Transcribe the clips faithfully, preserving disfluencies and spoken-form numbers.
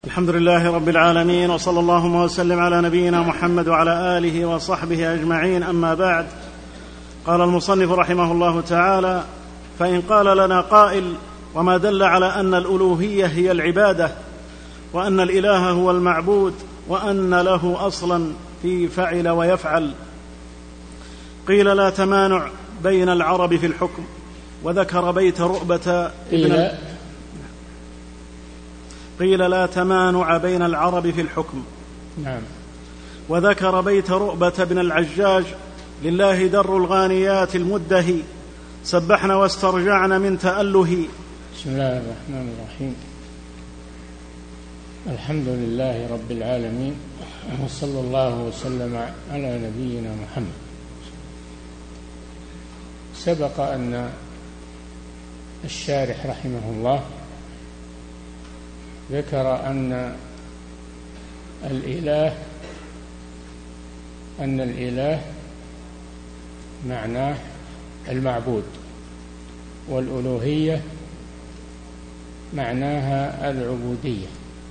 الحمد لله رب العالمين، وصلى اللهم وسلم على نبينا محمد وعلى آله وصحبه أجمعين. أما بعد، قال المصنف رحمه الله تعالى: فإن قال لنا قائل: وما دل على أن الألوهية هي العبادة، وأن الإله هو المعبود، وأن له أصلا في فعل ويفعل؟ قيل: لا تمانع بين العرب في الحكم. وذكر بيت رؤبة ابن قيل لا تمانع بين العرب في الحكم. نعم. وذكر بيت رؤبة بن العجاج: لله در الغانيات المدهي، سبحن واسترجعن من تأله. بسم الله الرحمن الرحيم. الحمد لله رب العالمين، وصلى الله وسلم على نبينا محمد. سبق أن الشارح رحمه الله ذكر أن الإله أن الإله معناه المعبود، والألوهية معناها العبودية،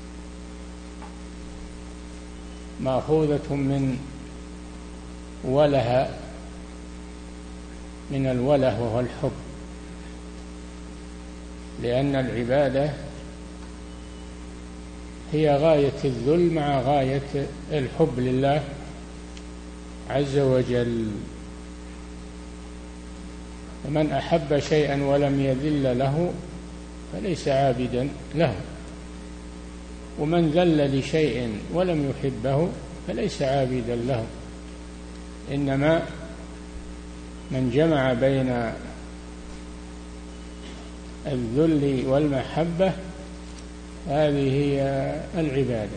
مأخوذة من وله من الوله وهو الحب، لأن العبادة هي غاية الذل مع غاية الحب لله عز وجل. ومن أحب شيئا ولم يذل له فليس عابدا له، ومن ذل لشيء ولم يحبه فليس عابدا له. إنما من جمع بين الذل والمحبة هذه هي العبادة.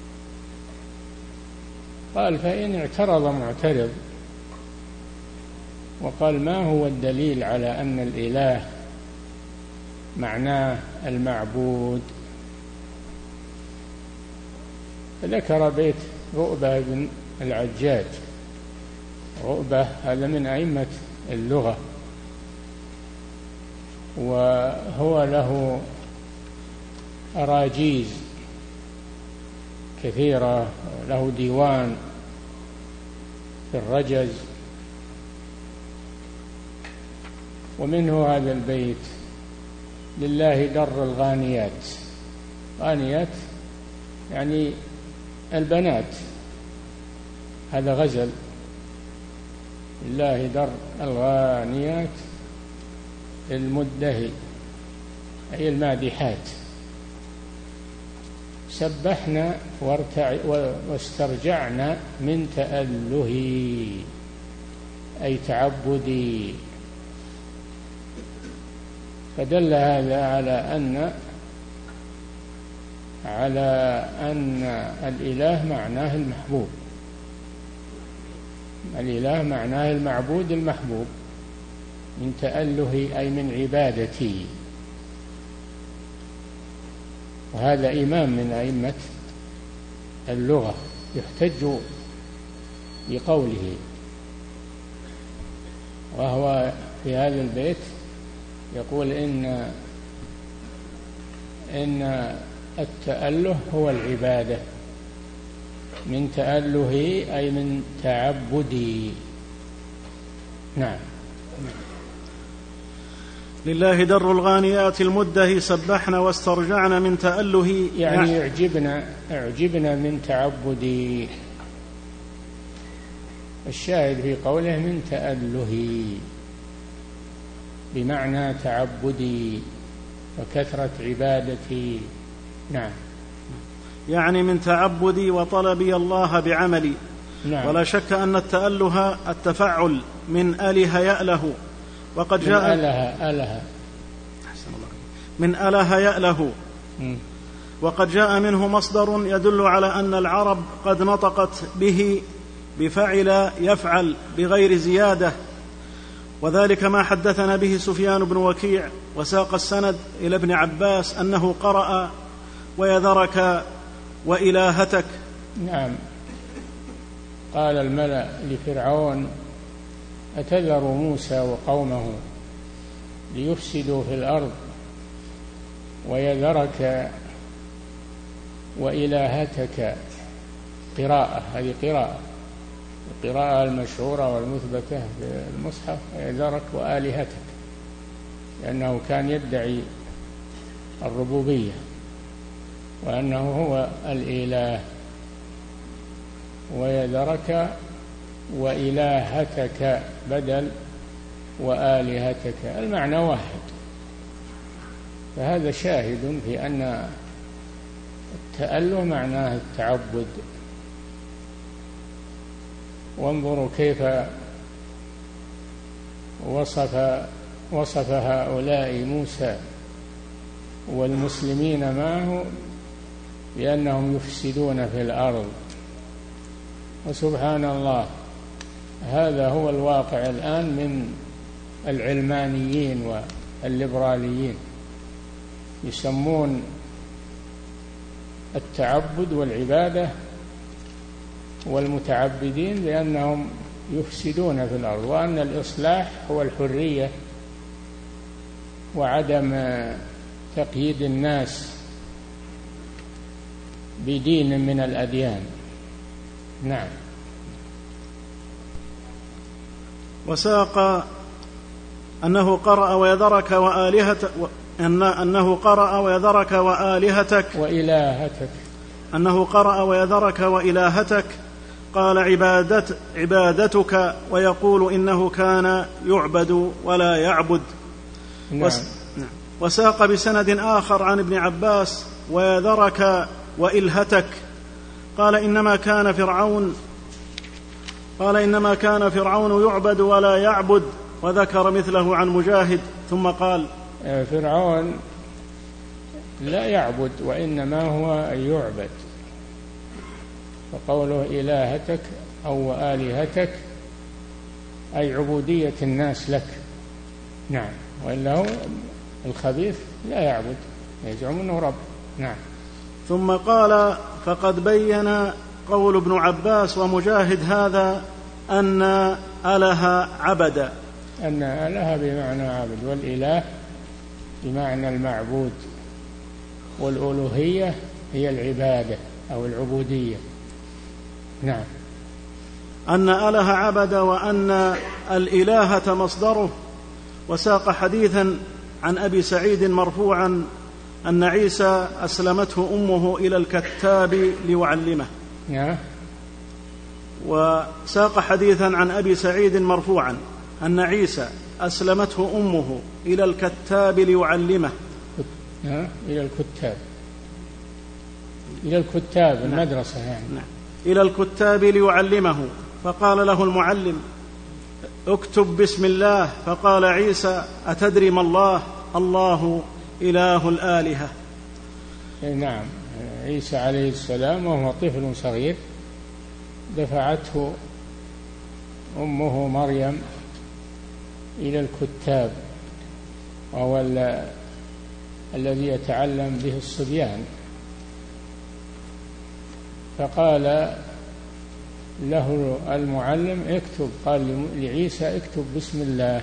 قال: فإن اعترض معترض وقال: ما هو الدليل على أن الإله معناه المعبود؟ فذكر بيت رؤبة بن العجاج. رؤبة هذا من أئمة اللغة، وهو له أراجيز كثيرة، له ديوان في الرجز، ومنه هذا البيت: لله در الغانيات. غانيات يعني البنات، هذا غزل: لله در الغانيات المدهي، أي المادحات. سبحنا واسترجعنا من تأله، أي تعبدي. فدل هذا على أن على أن الإله معناه المحبوب، الإله معناه المعبود المحبوب. من تأله أي من عبادتي. وهذا إمام من أئمة اللغة يحتج بقوله. وهو في هذا البيت يقول إن إن التأله هو العبادة. من تأله أي من تعبدي. نعم. لله در الغانيات المدهي، سبحنا واسترجعنا من تأله، يعني اعجبنا اعجبنا من تعبدي. الشاهد في قوله من تأله بمعنى تعبدي وكثرة عبادتي. نعم. يعني من تعبدي وطلبي الله بعملي. نعم. ولا شك أن التأله التفعل من أله يأله، وقد من جاء أله أله من أله يأله وقد جاء منه مصدر يدل على أن العرب قد نطقت به بفعل يفعل بغير زيادة، وذلك ما حدثنا به سفيان بن وكيع، وساق السند إلى ابن عباس أنه قرأ: ويذرك وإلهتك. نعم. قال الملأ لفرعون: أتذر موسى وقومه ليفسدوا في الأرض ويذرك وإلهتك قراءة، هذه قراءة القراءة المشهورة والمثبتة في المصحف ويذرك وآلهتك، لأنه كان يدعي الربوبية وأنه هو الإله. ويذرك وإلهتك بدل وآلهتك، المعنى واحد. فهذا شاهد في أن التأله معناه التعبد. وانظروا كيف وصف وصف هؤلاء موسى والمسلمين معه بأنهم يفسدون في الأرض. وسبحان الله، هذا هو الواقع الآن من العلمانيين والليبراليين، يسمون التعبد والعبادة والمتعبدين بأنهم يفسدون في الأرض، وأن الإصلاح هو الحرية وعدم تقييد الناس بدين من الأديان. نعم. وساق أنه قرأ ويذرك وآلهتك أنه قرأ ويذرك وآلهتك وإلهتك أنه قرأ ويذرك وإلهتك، قال عبادت عبادتك، ويقول إنه كان يعبد ولا يعبد. نعم. وساق بسند آخر عن ابن عباس ويذرك وإلهتك، قال إنما كان فرعون قال إنما كان فرعون يعبد ولا يعبد، وذكر مثله عن مجاهد، ثم قال فرعون لا يعبد وإنما هو يعبد، وقوله إلهتك أو آلهتك أي عبودية الناس لك. نعم. وإلا هو الخبيث لا يعبد، يزعم أنه رب. نعم. ثم قال فقد بين قول ابن عباس ومجاهد هذا أن أله عبد، أن أله بمعنى عبد، والإله بمعنى المعبود، والألوهية هي العبادة أو العبودية. نعم. أن أله عبد وأن الإلهة مصدره. وساق حديثا عن أبي سعيد مرفوعا أن عيسى أسلمته أمه إلى الكتاب ليعلمه. نعم. وساق حديثا عن أبي سعيد مرفوعا أن عيسى أسلمته أمه إلى الكتاب ليعلمه. نعم. إلى الكتاب إلى الكتاب المدرسة يعني. نعم. إلى الكتاب ليعلمه، فقال له المعلم اكتب بسم الله، فقال عيسى أتدري ما الله؟ الله إله الآلهة. نعم. عيسى عليه السلام وهو طفل صغير دفعته أمه مريم إلى الكتاب، وهو الذي يتعلم به الصبيان، فقال له المعلم اكتب، قال لعيسى اكتب بسم الله،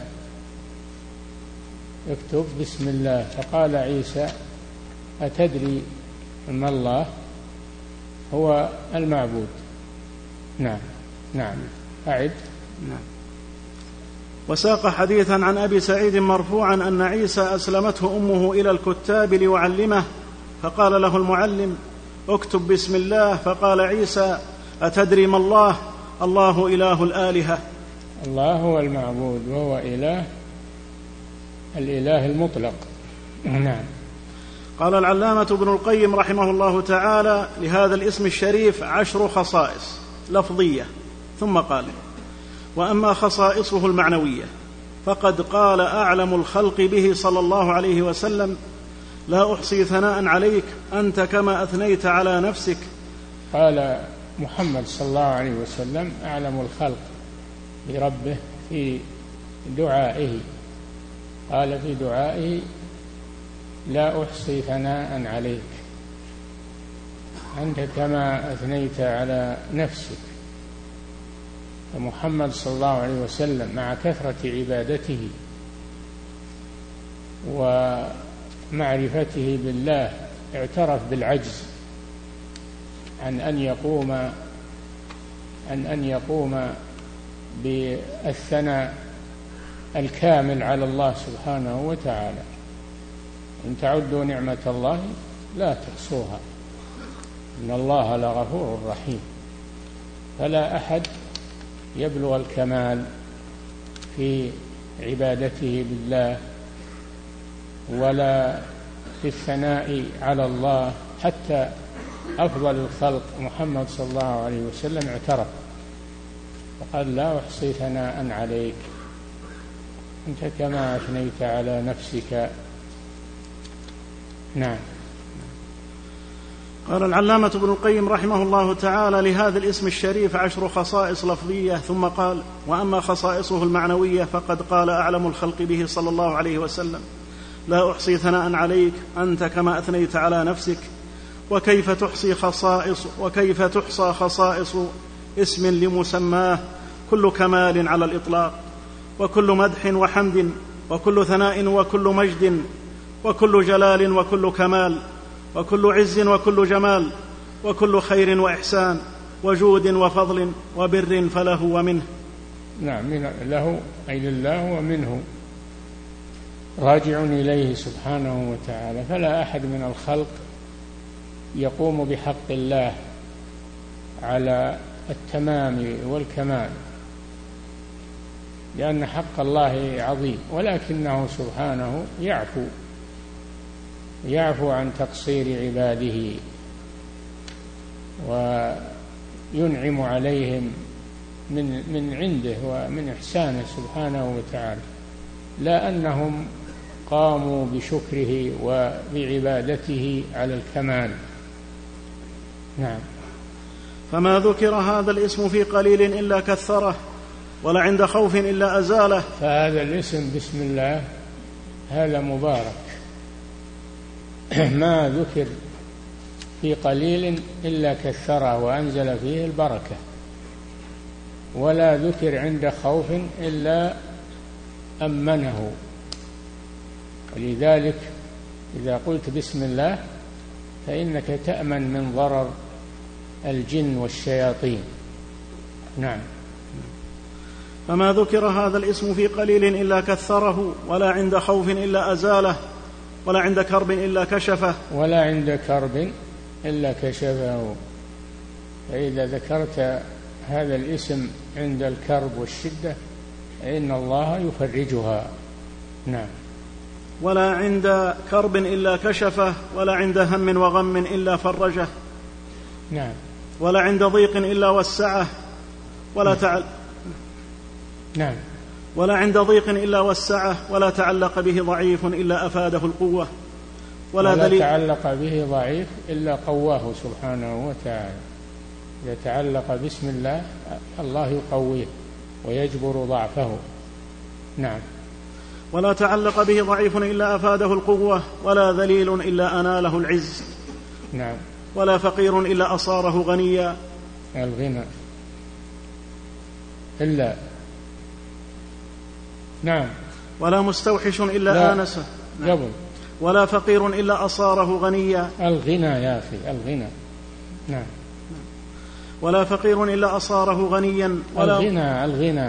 اكتب بسم الله. فقال عيسى أتدري ما الله؟ هو المعبود. نعم. نعم. أعد. نعم. وساق حديثا عن أبي سعيد مرفوعا أن عيسى أسلمته أمه إلى الكتاب ليعلمه، فقال له المعلم اكتب بسم الله، فقال عيسى أتدري ما الله؟ الله إله الآلهة. الله هو المعبود، وهو إله الإله المطلق. نعم. قال العلامة ابن القيم رحمه الله تعالى لهذا الاسم الشريف عشر خصائص لفظية، ثم قال وأما خصائصه المعنوية فقد قال أعلم الخلق به صلى الله عليه وسلم لا أحصي ثناء عليك أنت كما أثنيت على نفسك. قال محمد صلى الله عليه وسلم أعلم الخلق بربه في دعائه، قال في دعائه لا أحصي ثناء عليك أنت كما أثنيت على نفسك. فمحمد صلى الله عليه وسلم مع كثرة عبادته ومعرفته بالله اعترف بالعجز عن أن يقوم عن أن يقوم بالثناء الكامل على الله سبحانه وتعالى. إن تعدوا نعمة الله لا تحصوها إن الله لغفور رحيم. فلا أحد يبلغ الكمال في عبادته بالله ولا في الثناء على الله، حتى أفضل الخلق محمد صلى الله عليه وسلم اعترف وقال لا أحصي ثناء عليك أنت كما أثنيت على نفسك. نعم. قال العلامة ابن القيم رحمه الله تعالى: لهذا الاسم الشريف عشر خصائص لفظية. ثم قال: وأما خصائصه المعنوية فقد قال أعلم الخلق به صلى الله عليه وسلم: لا أحصي ثناء عليك أنت كما أثنيت على نفسك. وكيف تحصي خصائص وكيف تحصى خصائص اسم لمسماه كل كمال على الإطلاق، وكل مدح وحمد، وكل ثناء وكل مجد، وكل جلال وكل كمال، وكل عز وكل جمال، وكل خير وإحسان وجود وفضل وبر فله ومنه. نعم، من له أي لله ومنه راجع إليه سبحانه وتعالى. فلا أحد من الخلق يقوم بحق الله على التمام والكمال، لأن حق الله عظيم، ولكنه سبحانه يعفو يعفو عن تقصير عباده وينعم عليهم من من عنده ومن إحسانه سبحانه وتعالى، لا أنهم قاموا بشكره وبعبادته على الكمال. نعم. فما ذكر هذا الاسم في قليل إلا كثره، ولا عند خوف إلا أزاله. فهذا الاسم بسم الله هذا مبارك، ما ذكر في قليل إلا كثره وأنزل فيه البركة، ولا ذكر عند خوف إلا أمنه. ولذلك إذا قلت بسم الله فإنك تأمن من ضرر الجن والشياطين. نعم. فما ذكر هذا الاسم في قليل إلا كثره، ولا عند خوف إلا أزاله، ولا عند كرب إلا كشفه. ولا عند كرب إلا كشفه. فإذا ذكرت هذا الاسم عند الكرب والشدة فإن الله يفرجها. نعم. ولا عند كرب إلا كشفه، ولا عند هم وغم إلا فرجه. نعم. ولا عند ضيق إلا وسعه، ولا تعل نعم. ولا عند ضيق إلا وسعه، ولا تعلق به ضعيف إلا أفاده القوة، ولا, ولا دليل تعلق به ضعيف إلا قواه سبحانه وتعالى. إذا تعلق بسم الله الله يقويه ويجبر ضعفه. نعم. ولا تعلق به ضعيف إلا أفاده القوة، ولا ذليل إلا أناله العز. نعم. ولا فقير إلا أصاره غنيا. الغنى إلا. نعم. ولا مستوحش إلا آنسه. نعم. ولا فقير إلا أصاره غنيا. الغنى يا أخي الغنى. نعم. ولا فقير إلا أصاره غنيا. ولا الغنى الغنى.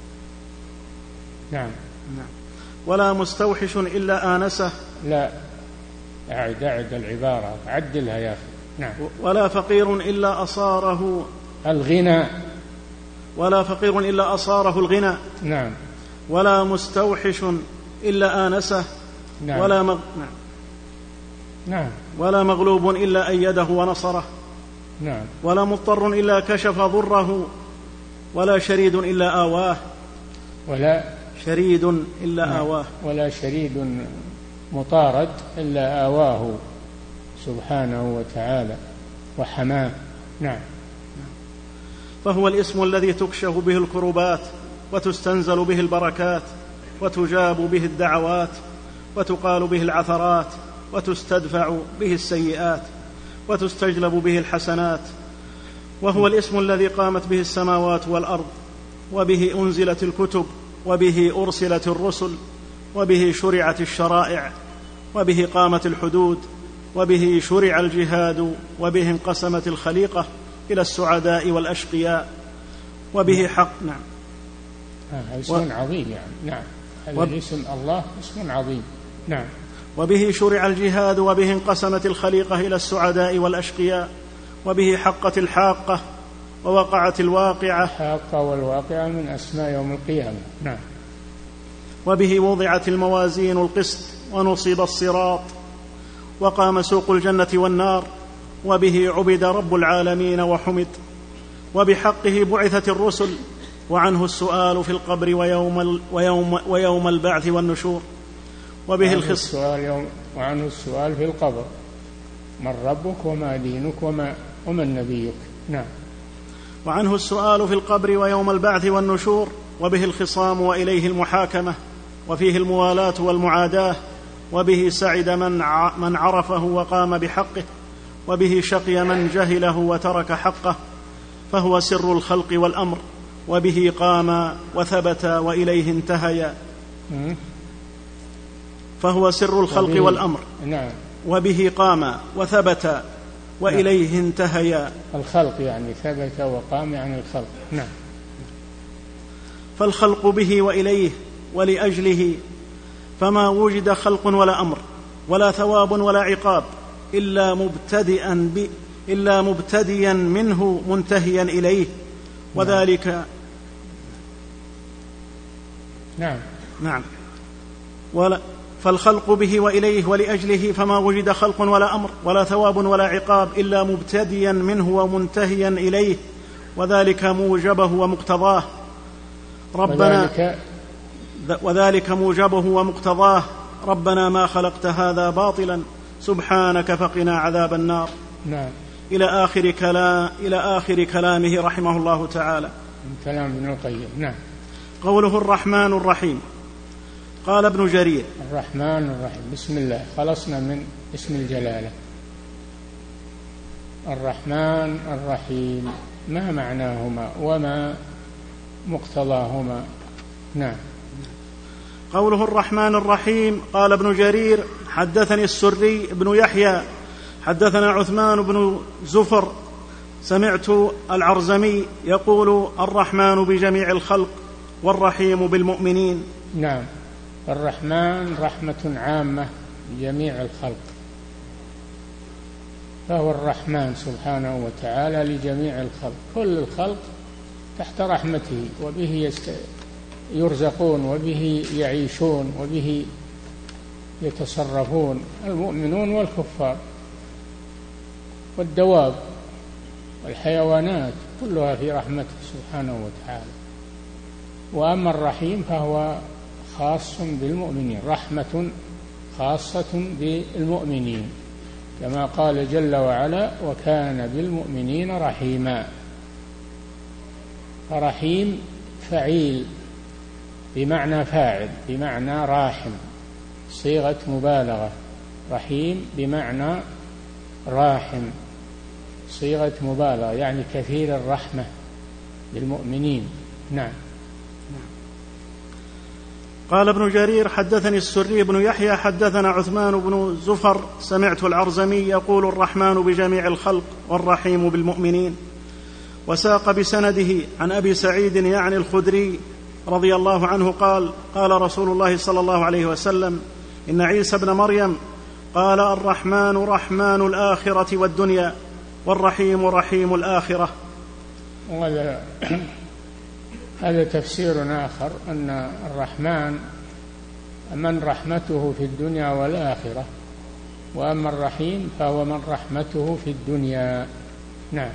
نعم. نعم. ولا مستوحش إلا آنسه. لا، أعد أعد العبارة، عدلها يا أخي. نعم. ولا فقير إلا أصاره الغنى. ولا فقير إلا أصاره الغنى. نعم. ولا مستوحش إلا آنسه. نعم. ولا مغ... نعم. نعم. ولا مغلوب إلا أيده ونصره. نعم. ولا مضطر إلا كشف ضره. ولا شريد إلا آواه. ولا شريد إلا نعم. آواه. ولا شريد مطارد إلا آواه سبحانه وتعالى وحماه. نعم. فهو الاسم الذي تكشف به الكربات، وتستنزل به البركات، وتجاب به الدعوات، وتقال به العثرات، وتستدفع به السيئات، وتستجلب به الحسنات. وهو الاسم الذي قامت به السماوات والأرض، وبه أنزلت الكتب، وبه أرسلت الرسل، وبه شرعت الشرائع، وبه قامت الحدود، وبه شرع الجهاد وبه انقسمت الخليقة إلى السعداء والأشقياء وبه حق. نعم. هذا اسم و... عظيم يعني. نعم. هذا وب... اسم الله اسم عظيم. نعم. وبه شرع الجهاد وبه انقسمت الخليقة إلى السعداء والأشقياء وبه حقت الحاقة ووقعت الواقعة. الحاقة والواقعة من أسماء يوم القيامة. نعم. وبه وضعت الموازين القسط ونصب الصراط وقام سوق الجنة والنار وبه عبد رب العالمين وحمد وبحقه بعثت الرسل وعنه السؤال في القبر ويوم, ويوم, ويوم البعث والنشور وبه الخص السؤال وعنه السؤال في القبر من ربك وما دينك وما ومن نبيك. نعم. وعنه السؤال في القبر ويوم البعث والنشور وبه الخصام وإليه المحاكمة وفيه الموالاة والمعاداة وبه سعد من من عرفه وقام بحقه وبه شقي من جهله وترك حقه فهو سر الخلق والأمر وبه قام وثبت وإليه انتهيا فهو سر الخلق والأمر. نعم. وبه قام وثبت وإليه نعم. انتهيا. الخلق يعني ثبت وقام يعني الخلق. نعم. فالخلق به وإليه ولأجله فما وجد خلق ولا أمر ولا ثواب ولا عقاب إلا مبتدئا ب إلا مبتديا منه منتهيا إليه وذلك. نعم. نعم. ولا فالخلق به وإليه ولأجله فما وجد خلق ولا أمر ولا ثواب ولا عقاب إلا مبتديا منه ومنتهيا إليه وذلك موجبه ومقتضاه ربنا وذلك, وذلك موجبه ومقتضاه ربنا ما خلقت هذا باطلا سبحانك فقنا عذاب النار. نعم. إلى آخر كلام إلى آخر كلامه رحمه الله تعالى. من كلام ابن القيم. نعم. قوله الرحمن الرحيم. قال ابن جرير الرحمن الرحيم. بسم الله خلصنا من اسم الجلالة. الرحمن الرحيم ما معناهما وما مقتضاهما؟ نعم. قوله الرحمن الرحيم. قال ابن جرير حدثني السري بن يحيى حدثنا عثمان بن زفر سمعت العرزمي يقول الرحمن بجميع الخلق والرحيم بالمؤمنين. نعم. الرحمن رحمة عامة بجميع الخلق فهو الرحمن سبحانه وتعالى لجميع الخلق. كل الخلق تحت رحمته وبه يرزقون وبه يعيشون وبه يتصرفون المؤمنون والكفار والدواب والحيوانات كلها في رحمته سبحانه وتعالى. وأما الرحيم فهو خاص بالمؤمنين رحمة خاصة بالمؤمنين كما قال جل وعلا وكان بالمؤمنين رحيما. فرحيم فعيل بمعنى فاعل بمعنى راحم صيغة مبالغة. رحيم بمعنى راحم صيغة مبالغة يعني كثير الرحمة للمؤمنين. نعم. قال ابن جرير حدثني السري بن يحيى حدثنا عثمان بن زفر سمعت العرزمي يقول الرحمن بجميع الخلق والرحيم بالمؤمنين. وساق بسنده عن أبي سعيد يعني الخدري رضي الله عنه قال قال رسول الله صلى الله عليه وسلم إن عيسى ابن مريم قال الرحمن رحمن الآخرة والدنيا والرحيم رحيم الآخرة. وهذا هذا تفسير آخر أن الرحمن من رحمته في الدنيا والآخرة وأما الرحيم فهو من رحمته في الدنيا. نعم.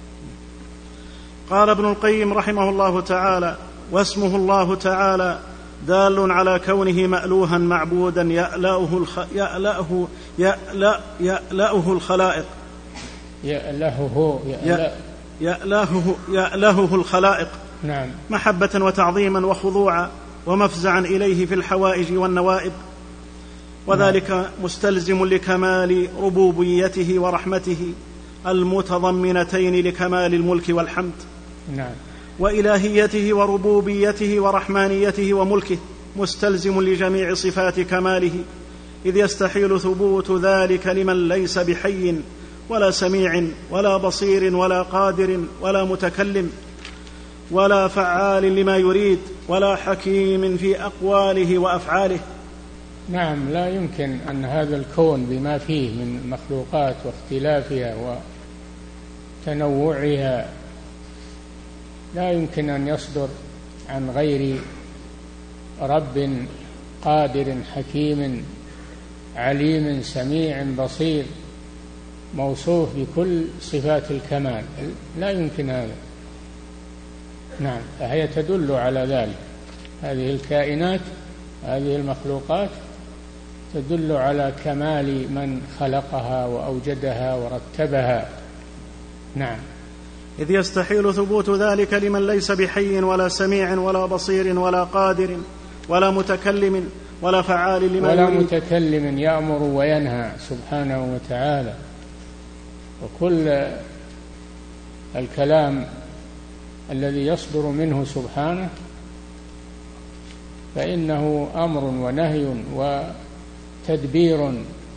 قال ابن القيم رحمه الله تعالى واسمه الله تعالى دال على كونه مألوها معبودا يألأه الخ... يألأه يألأ... يألأه الخلائق يألهه يألأ... يألهه يألهه الخلائق. نعم. محبة وتعظيما وخضوعا ومفزعا إليه في الحوائج والنوائب وذلك نعم. مستلزم لكمال ربوبيته ورحمته المتضمنتين لكمال الملك والحمد. نعم. وإلهيته وربوبيته ورحمانيته وملكه مستلزم لجميع صفات كماله إذ يستحيل ثبوت ذلك لمن ليس بحي ولا سميع ولا بصير ولا قادر ولا متكلم ولا فعال لما يريد ولا حكيم في أقواله وأفعاله. نعم، لا يمكن أن هذا الكون بما فيه من مخلوقات واختلافها وتنوعها لا يمكن أن يصدر عن غير رب قادر حكيم عليم سميع بصير موصوف بكل صفات الكمال، لا يمكن هذا. نعم، فهي تدل على ذلك. هذه الكائنات، هذه المخلوقات تدل على كمال من خلقها وأوجدها ورتبها. نعم. إذ يستحيل ثبوت ذلك لمن ليس بحي ولا سميع ولا بصير ولا قادر ولا متكلم ولا فعال لما ولا يريد. متكلم يأمر وينهى سبحانه وتعالى، وكل الكلام الذي يصدر منه سبحانه فإنه أمر ونهي وتدبير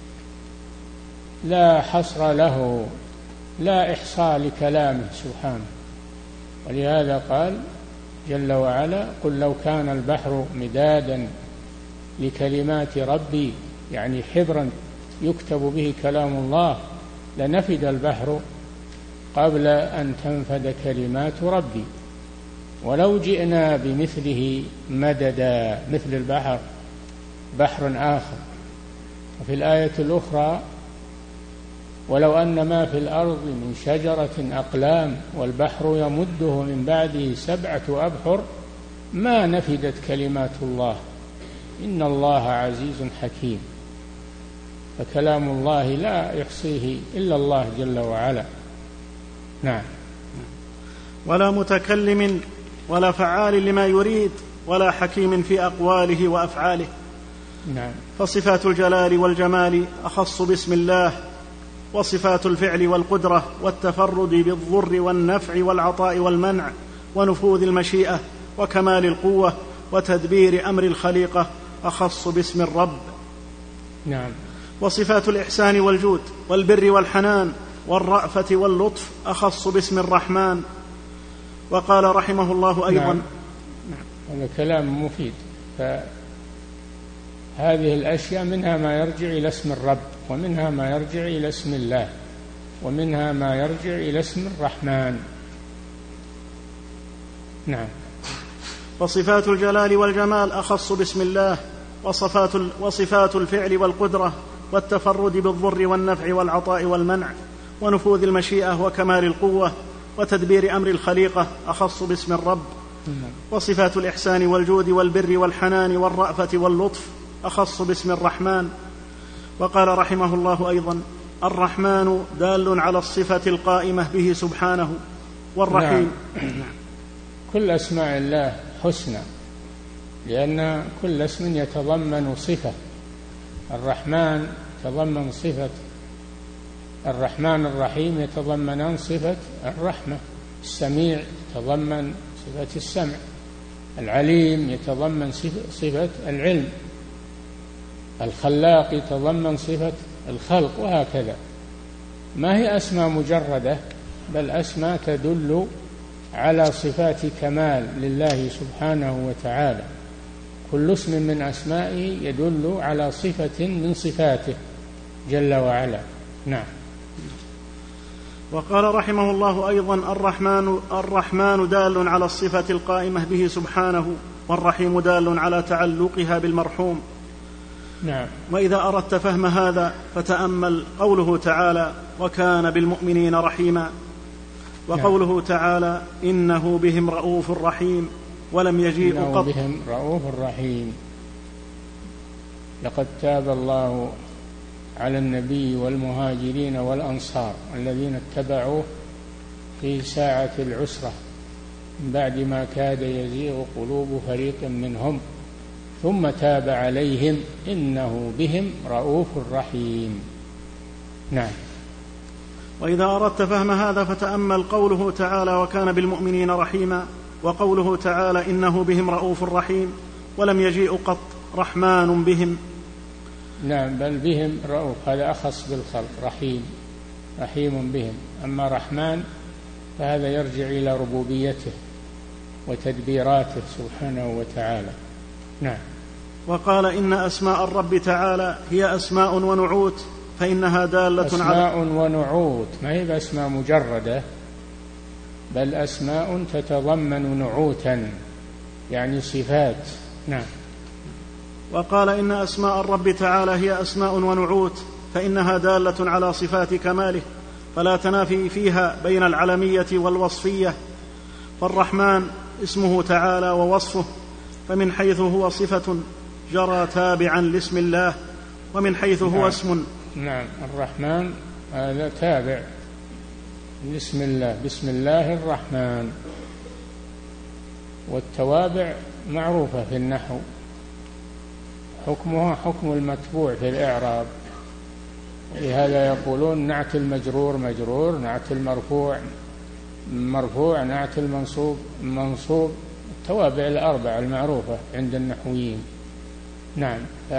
لا حصر له، لا إحصاء لكلامه سبحانه. ولهذا قال جل وعلا: قل لو كان البحر مدادا لكلمات ربي، يعني حبرا يكتب به كلام الله، لنفد البحر قبل أن تنفد كلمات ربي ولو جئنا بمثله مددا. مثل البحر بحر آخر. وفي الآية الأخرى: ولو أن ما في الأرض من شجرة أقلام والبحر يمده من بعده سبعة أبحر ما نفدت كلمات الله إن الله عزيز حكيم. فكلام الله لا يحصيه إلا الله جل وعلا. نعم. ولا متكلم ولا فعال لما يريد ولا حكيم في أقواله وأفعاله. نعم. فصفات الجلال والجمال أخص باسم الله، وصفات الفعل والقدرة والتفرد بالضر والنفع والعطاء والمنع ونفوذ المشيئة وكمال القوة وتدبير أمر الخليقة أخص باسم الرب. نعم. وصفات الإحسان والجود والبر والحنان والرأفة واللطف أخص باسم الرحمن. وقال رحمه الله أيضا: نعم. هذا كلام مفيد. فهذه الأشياء منها ما يرجع إلى اسم الرب، ومنها ما يرجع إلى اسم الله، ومنها ما يرجع إلى اسم الرحمن. نعم. وصفات الجلال والجمال أخص باسم الله، وصفات, وصفات الفعل والقدرة والتفرد بالضر والنفع والعطاء والمنع ونفوذ المشيئة وكمال القوة وتدبير أمر الخليقة أخص باسم الرب. وصفات الإحسان والجود والبر والحنان والرأفة واللطف أخص باسم الرحمن. وقال رحمه الله أيضا: الرحمن دال على الصفة القائمة به سبحانه، والرحيم. نعم. كل أسماء الله حسنى، لأن كل اسم يتضمن صفة. الرحمن يتضمن صفة الرحمن، الرحيم يتضمنان صفة الرحمة، السميع يتضمن صفة السمع، العليم يتضمن صفة العلم، الخلاق يتضمن صفة الخلق، وهكذا. ما هي أسماء مجردة، بل أسماء تدل على صفات كمال لله سبحانه وتعالى. كل اسم من أسمائه يدل على صفة من صفاته جل وعلا. نعم. وقال رحمه الله أيضا: الرحمن, الرحمن دال على الصفة القائمة به سبحانه، والرحيم دال على تعلقها بالمرحوم. نعم. وإذا أردت فهم هذا فتأمل قوله تعالى: وكان بالمؤمنين رحيما، وقوله نعم. تعالى: إنه بهم رؤوف رحيم، ولم يجيء قط. إنه بهم رؤوف رحيم. لقد تاب الله على النبي والمهاجرين والأنصار الذين اتبعوه في ساعة العسرة من بعد ما كاد يزيغ قلوب فريق منهم ثم تاب عليهم إنه بهم رؤوف رحيم. نعم. وإذا أردت فهم هذا فتأمل قوله تعالى: وكان بالمؤمنين رحيما، وقوله تعالى: إنه بهم رؤوف رحيم، ولم يجيء قط رحمن بهم. نعم، بل بهم رؤوف، هذا أخص بالخلق، رحيم رحيم بهم. أما رحمن فهذا يرجع إلى ربوبيته وتدبيراته سبحانه وتعالى. نعم. وقال إن أسماء الرب تعالى هي أسماء ونعوت فإنها دالة أسماء على أسماء ونعوت، ما هي بأسماء مجردة، بل أسماء تتضمن نعوتا يعني صفات. نعم. وقال إن أسماء الرب تعالى هي أسماء ونعوت فإنها دالة على صفات كماله فلا تنافي فيها بين العلمية والوصفية. فالرحمن اسمه تعالى ووصفه، فمن حيث هو صفة جرى تابعا لاسم الله، ومن حيث هو نعم. اسم. نعم، الرحمن هذا تابع لاسم الله، بسم الله الرحمن. والتوابع معروفة في النحو، حكمها حكم المتبوع في الإعراب، لهذا يقولون نعت المجرور مجرور، نعت المرفوع مرفوع، نعت المنصوب منصوب، التوابع الأربع المعروفة عند النحويين. نعم.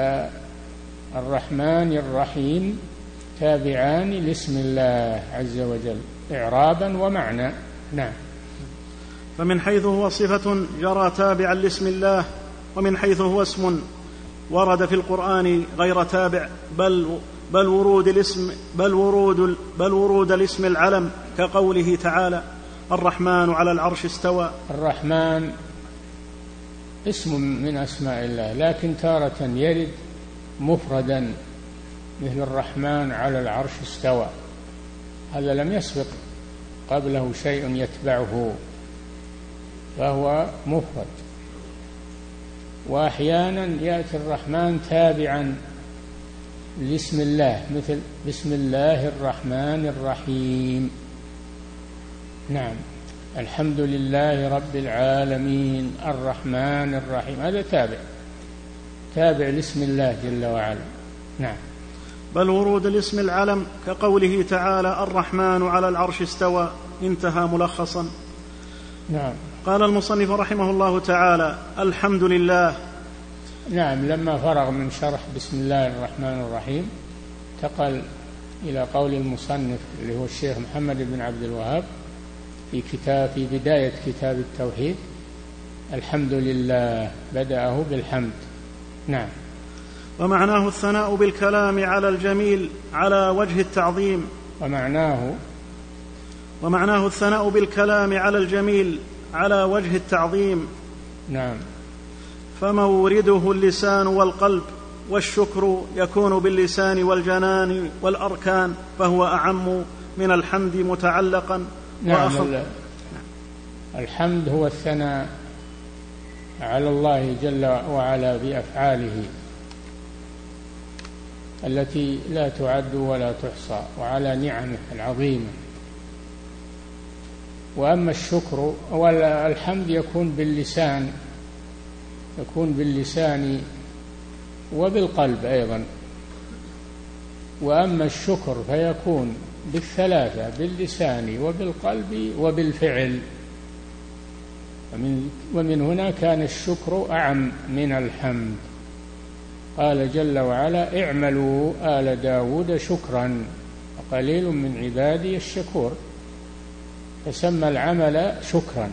فالرحمن الرحيم تابعان لاسم الله عز وجل إعرابا ومعنى. نعم. فمن حيث هو صفة جرى تابعا لاسم الله، ومن حيث هو اسم ورد في القرآن غير تابع، بل بل ورود الاسم بل ورود بل ورود الاسم العلم، كقوله تعالى الرحمن على العرش استوى. الرحمن اسم من أسماء الله، لكن تارة يرد مفردا مثل الرحمن على العرش استوى، هذا لم يسبق قبله شيء يتبعه فهو مفرد. وأحيانا يأتي الرحمن تابعا لاسم الله مثل بسم الله الرحمن الرحيم. نعم. الحمد لله رب العالمين الرحمن الرحيم، هذا تابع تابع لاسم الله جل وعلا. نعم. بل ورود الاسم العلم كقوله تعالى الرحمن على العرش استوى، انتهى ملخصا. نعم. قال المصنف رحمه الله تعالى الحمد لله. نعم. لما فرغ من شرح بسم الله الرحمن الرحيم انتقل إلى قول المصنف اللي هو الشيخ محمد بن عبد الوهاب في كتاب في بداية كتاب التوحيد الحمد لله، بدأه بالحمد. نعم. ومعناه الثناء بالكلام على الجميل على وجه التعظيم. ومعناه ومعناه الثناء بالكلام على الجميل على وجه التعظيم. نعم. فمورده اللسان والقلب، والشكر يكون باللسان والجنان والأركان، فهو أعم من الحمد متعلقا. نعم. الحمد هو الثناء على الله جل وعلا بأفعاله التي لا تعد ولا تحصى، وعلى نعمه العظيمة. وأما الشكر والحمد يكون باللسان يكون باللسان وبالقلب أيضا. وأما الشكر فيكون بالثلاثة، باللسان وبالقلب وبالفعل. ومن, ومن هنا كان الشكر أعم من الحمد. قال جل وعلا اعملوا آل داود شكرا وقليل من عبادي الشكور، فسمى العمل شكرا.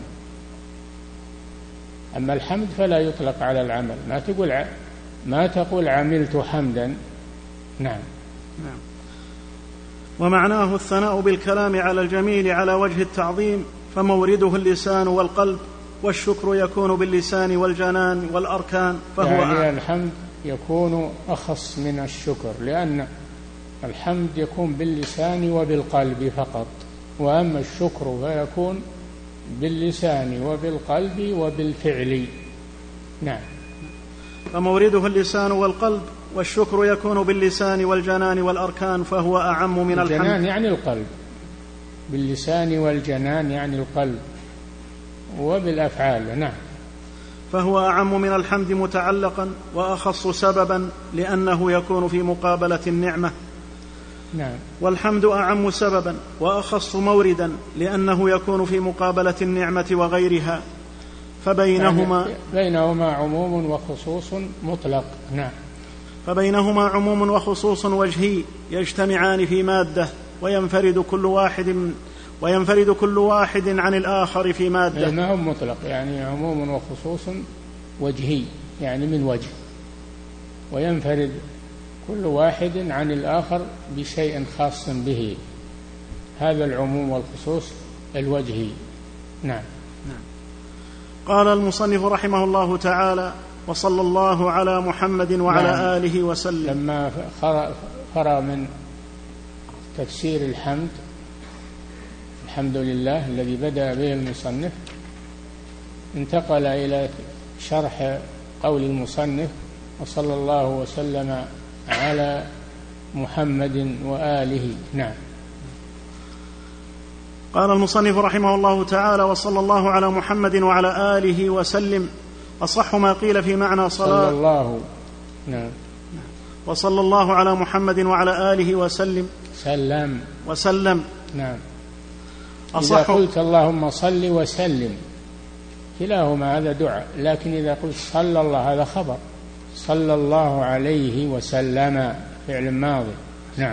أما الحمد فلا يطلق على العمل، ما تقول ما تقول عملت حمدا. نعم. نعم. ومعناه الثناء بالكلام على الجميل على وجه التعظيم، فمورده اللسان والقلب، والشكر يكون باللسان والجنان والأركان، فهو يعني الحمد يكون أخص من الشكر، لأن الحمد يكون باللسان وبالقلب فقط، وأما الشكر فيكون باللسان وبالقلب وبالفعل. نعم. فمورده اللسان والقلب، والشكر يكون باللسان والجنان والأركان، فهو أعم من الحمد. الجنان يعني القلب، باللسان والجنان يعني القلب، وبالأفعال. نعم. فهو أعم من الحمد متعلقا، وأخص سببا لأنه يكون في مقابلة النعمة. نعم. والحمد أعم سببا وأخص موردا لأنه يكون في مقابلة النعمة وغيرها، فبينهما يعني بينهما عموم وخصوص مطلق. نعم. فبينهما عموم وخصوص وجهي يجتمعان في مادة وينفرد كل واحد وينفرد كل واحد عن الآخر في مادة. ما هو مطلق، يعني عموم وخصوص وجهي، يعني من وجه، وينفرد كل واحد عن الآخر بشيء خاص به، هذا العموم والخصوص الوجهي. نعم. نعم. قال المصنف رحمه الله تعالى: وصلى الله على محمد وعلى نعم. آله وسلم. لما فرغ من تفسير الحمد، الحمد لله الذي بدأ به المصنف، انتقل إلى شرح قول المصنف: وصلى الله وسلم على محمد وآله. نعم. قال المصنف رحمه الله تعالى: وصلى الله على محمد وعلى آله وسلم. أصح ما قيل في معنى صلاة صلى الله. نعم. وصلى الله على محمد وعلى آله وسلم سلم وسلم. نعم. أصح إذا قلت اللهم صل وسلم كلاهما هذا دعاء، لكن إذا قلت صلى الله هذا خبر، صلى الله عليه وسلم فعل ماضي. نعم.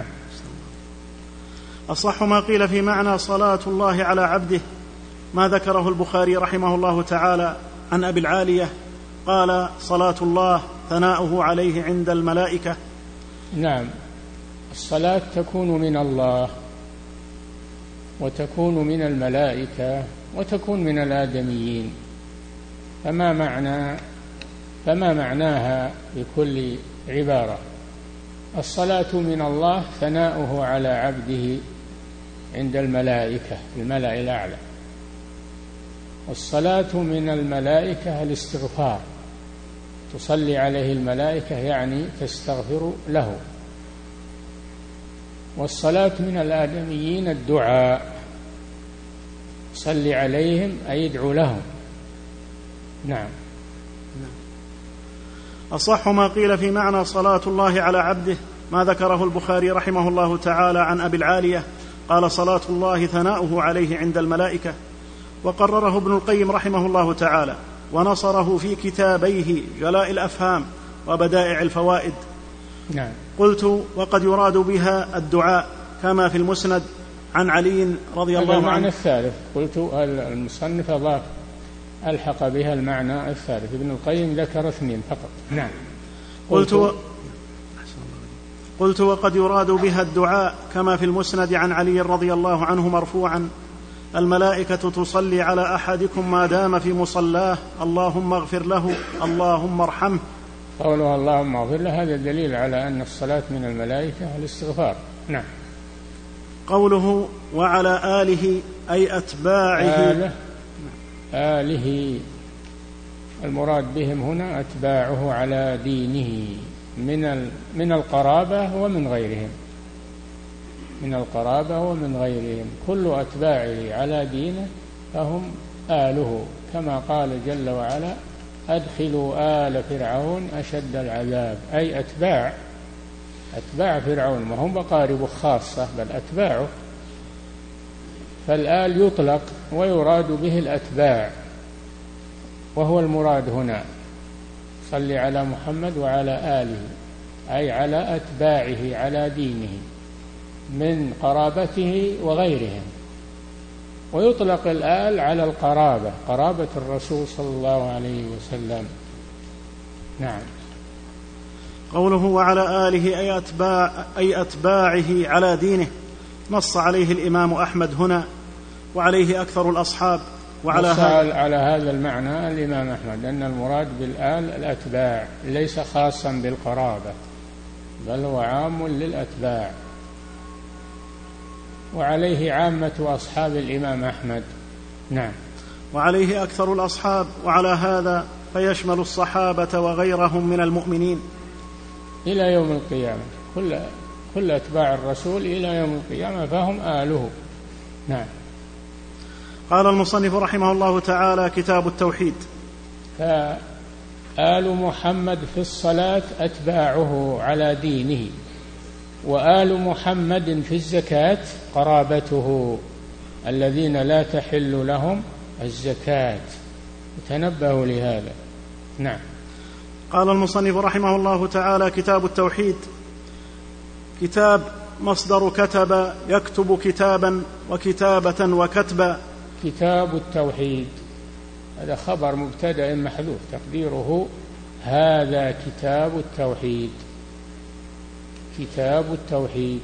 أصح ما قيل في معنى صلاة الله على عبده ما ذكره البخاري رحمه الله تعالى عن أبي العالية قال: صلاة الله ثناؤه عليه عند الملائكة. نعم. الصلاة تكون من الله وتكون من الملائكة وتكون من الآدميين، فما معنى فما معناها بكل عبارة. الصلاة من الله ثناؤه على عبده عند الملائكة في الملأ الأعلى، والصلاة من الملائكة الاستغفار، تصلي عليه الملائكة يعني تستغفر له. والصلاة من الآدميين الدعاء، صلي عليهم أي ادعو لهم. نعم. أصح ما قيل في معنى صلاة الله على عبده ما ذكره البخاري رحمه الله تعالى عن أبي العالية قال: صلاة الله ثناؤه عليه عند الملائكة. وقرره ابن القيم رحمه الله تعالى ونصره في كتابيه جلاء الأفهام وبدائع الفوائد. نعم. قلت: وقد يراد بها الدعاء كما في المسند عن علي رضي الله عنه. المعنى الثالث، قلت المصنف أضاف ألحق بها المعنى الثالث، ابن القيم ذكر اثنين فقط. نعم. قلت و... قلت وقد يراد بها الدعاء كما في المسند عن علي رضي الله عنه مرفوعا: الملائكة تصلي على أحدكم ما دام في مصلاه، اللهم اغفر له اللهم ارحمه. قوله اللهم اغفر له هذا دليل على أن الصلاة من الملائكة الاستغفار. نعم. قوله وعلى آله أي أتباعه. آله آله المراد بهم هنا أتباعه على دينه من من القرابة ومن غيرهم، من القرابة ومن غيرهم، كل أتباعه على دينه فهم آله، كما قال جل وعلا: أدخلوا آل فرعون أشد العذاب، أي أتباع أتباع فرعون، ما هم بقارب خاصة بل أتباعه. فالآل يطلق ويراد به الأتباع، وهو المراد هنا. صل على محمد وعلى آله أي على أتباعه على دينه من قرابته وغيرهم. ويطلق الآل على القرابة، قرابة الرسول صلى الله عليه وسلم. نعم. قوله وعلى آله أي, أتباع أي أتباعه على دينه نص عليه الإمام أحمد هنا، وعليه أكثر الأصحاب. وعلى نص على هذا المعنى الإمام أحمد أن المراد بالآل الأتباع، ليس خاصا بالقرابة بل هو عام للأتباع، وعليه عامة أصحاب الإمام أحمد. نعم. وعليه أكثر الأصحاب، وعلى هذا فيشمل الصحابة وغيرهم من المؤمنين إلى يوم القيامة، كل كل أتباع الرسول إلى يوم القيامة فهم آله. نعم. قال المصنف رحمه الله تعالى: كتاب التوحيد. فآل محمد في الصلاة أتباعه على دينه، وآل محمد في الزكاة قرابته الذين لا تحل لهم الزكاة، تنبهوا لهذا. نعم. قال المصنف رحمه الله تعالى: كتاب التوحيد. كتاب مصدر كتب يكتب كتابا وكتابة وكتبا. كتاب التوحيد هذا خبر مبتدأ محذوف تقديره هذا كتاب التوحيد. كتاب التوحيد.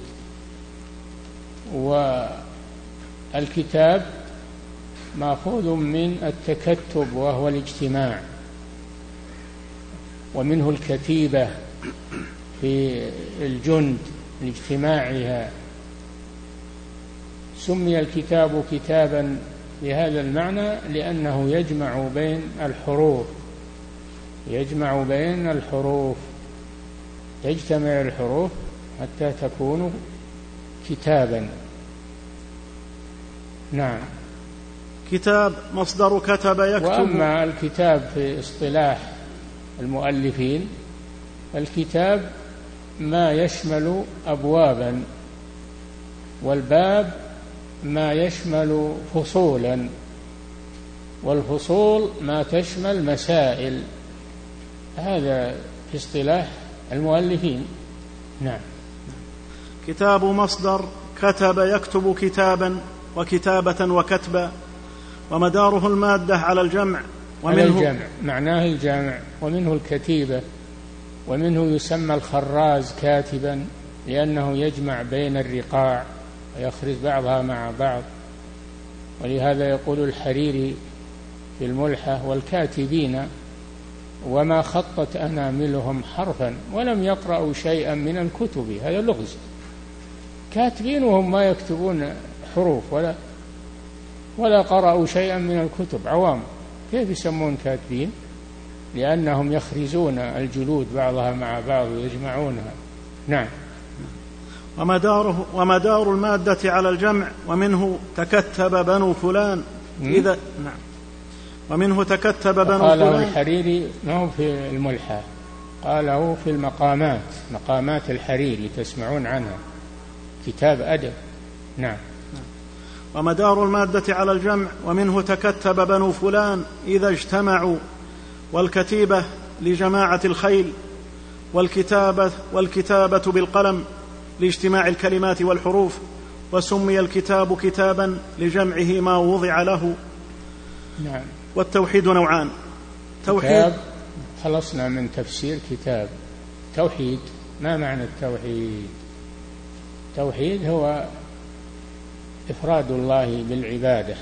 والكتاب مأخوذ من التكتب وهو الاجتماع، ومنه الكتيبة في الجند لاجتماعها. سمي الكتاب كتابا بهذا المعنى لأنه يجمع بين الحروف يجمع بين الحروف تجتمع الحروف حتى تكون كتابا. نعم. كتاب مصدر كتب يكتب. وأما الكتاب في اصطلاح المؤلفين، الكتاب ما يشمل أبوابا، والباب ما يشمل فصولا، والفصول ما تشمل مسائل. هذا في اصطلاح المؤلفين. نعم. كتاب مصدر كتب يكتب كتابا وكتابة وكتبا، ومداره المادة على الجمع. ومنه على الجمع معناه الجمع، ومنه الكتيبة، ومنه يسمى الخراز كاتبا لأنه يجمع بين الرقاع ويخرج بعضها مع بعض. ولهذا يقول الحريري في الملحة: والكاتبين وما خطت أناملهم حرفا ولم يقرأوا شيئا من الكتب. هذا لغز. كاتبين وهم ما يكتبون حروف ولا ولا قرأوا شيئا من الكتب، عوام. كيف يسمون كاتبين؟ لأنهم يخرزون الجلود بعضها مع بعض ويجمعونها. نعم. ومداره ومدار المادة على الجمع، ومنه تكتب بنو فلان. إذا نعم. ومنه تكتب بنو فلان. قاله الحريري، ما هو في الملحة، قاله في المقامات، مقامات الحريري تسمعون عنها، كتاب أدب. نعم. ومدار المادة على الجمع، ومنه تكتب بنو فلان إذا اجتمعوا، والكتيبة لجماعة الخيل، والكتابة والكتابة بالقلم لاجتماع الكلمات والحروف. وسمي الكتاب كتابا لجمعه ما وضع له. نعم. والتوحيد نوعان. توحيد. خلصنا من تفسير كتاب. توحيد، ما معنى التوحيد؟ التوحيد هو إفراد الله بالعبادة.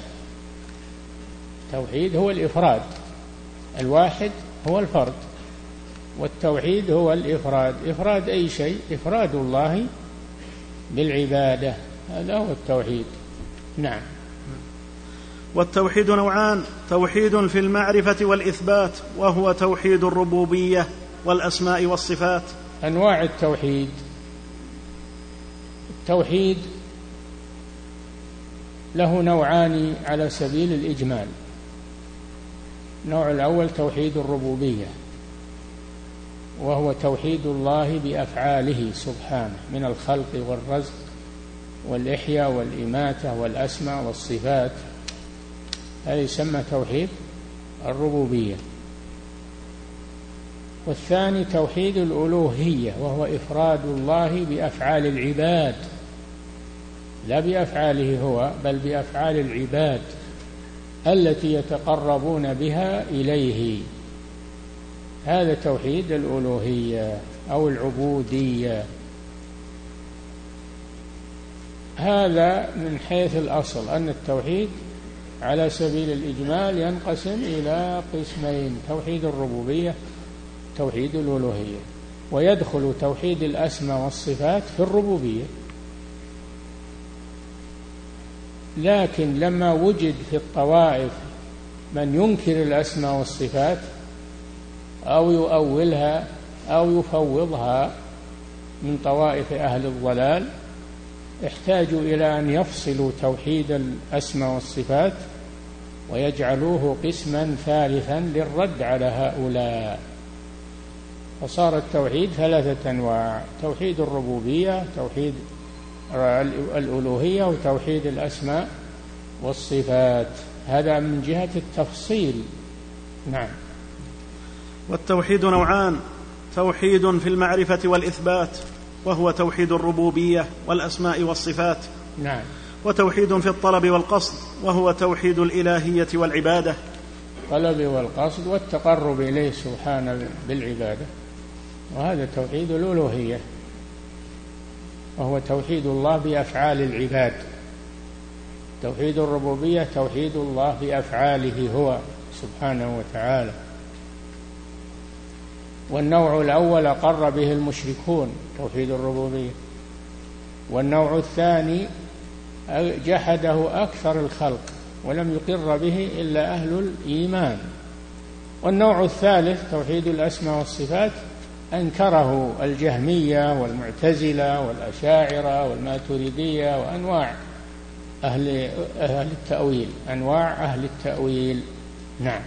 التوحيد هو الإفراد، الواحد هو الفرد، والتوحيد هو الإفراد. إفراد أي شيء؟ إفراد الله بالعبادة، هذا هو التوحيد. نعم. والتوحيد نوعان: توحيد في المعرفة والإثبات، وهو توحيد الربوبية والأسماء والصفات. أنواع التوحيد: التوحيد له نوعان على سبيل الإجمال. النوع الأول توحيد الربوبية، وهو توحيد الله بأفعاله سبحانه من الخلق والرزق والإحياء والإماتة والأسماء والصفات. هذا يسمى توحيد الربوبية. والثاني توحيد الألوهية، وهو إفراد الله بأفعال العباد، لا بأفعاله هو بل بأفعال العباد التي يتقربون بها إليه. هذا توحيد الألوهية أو العبودية. هذا من حيث الأصل أن التوحيد على سبيل الإجمال ينقسم إلى قسمين: توحيد الربوبية، توحيد الألوهية. ويدخل توحيد الأسماء والصفات في الربوبية. لكن لما وجد في الطوائف من ينكر الأسماء والصفات أو يؤولها أو يفوضها من طوائف أهل الضلال، احتاجوا إلى أن يفصلوا توحيد الأسماء والصفات ويجعلوه قسما ثالثا للرد على هؤلاء. فصار التوحيد ثلاثة أنواع: توحيد الربوبية، توحيد الألوهية، وتوحيد الأسماء والصفات. هذا من جهة التفصيل. نعم. والتوحيد نوعان: توحيد في المعرفة والإثبات، وهو توحيد الربوبية والأسماء والصفات. نعم. وتوحيد في الطلب والقصد، وهو توحيد الإلهية والعبادة. الطلب والقصد والتقرب إليه سبحانه بالعبادة، وهذا توحيد الألوهية، وهو توحيد الله بأفعال العباد. توحيد الربوبية توحيد الله بأفعاله هو سبحانه وتعالى. والنوع الأول أقر به المشركون توحيد الربوبية، والنوع الثاني جحده أكثر الخلق ولم يقر به إلا أهل الإيمان. والنوع الثالث توحيد الأسماء والصفات أنكره الجهمية والمعتزلة والأشاعرة والماتريدية وأنواع أهل, أهل التأويل أنواع أهل التأويل. نعم.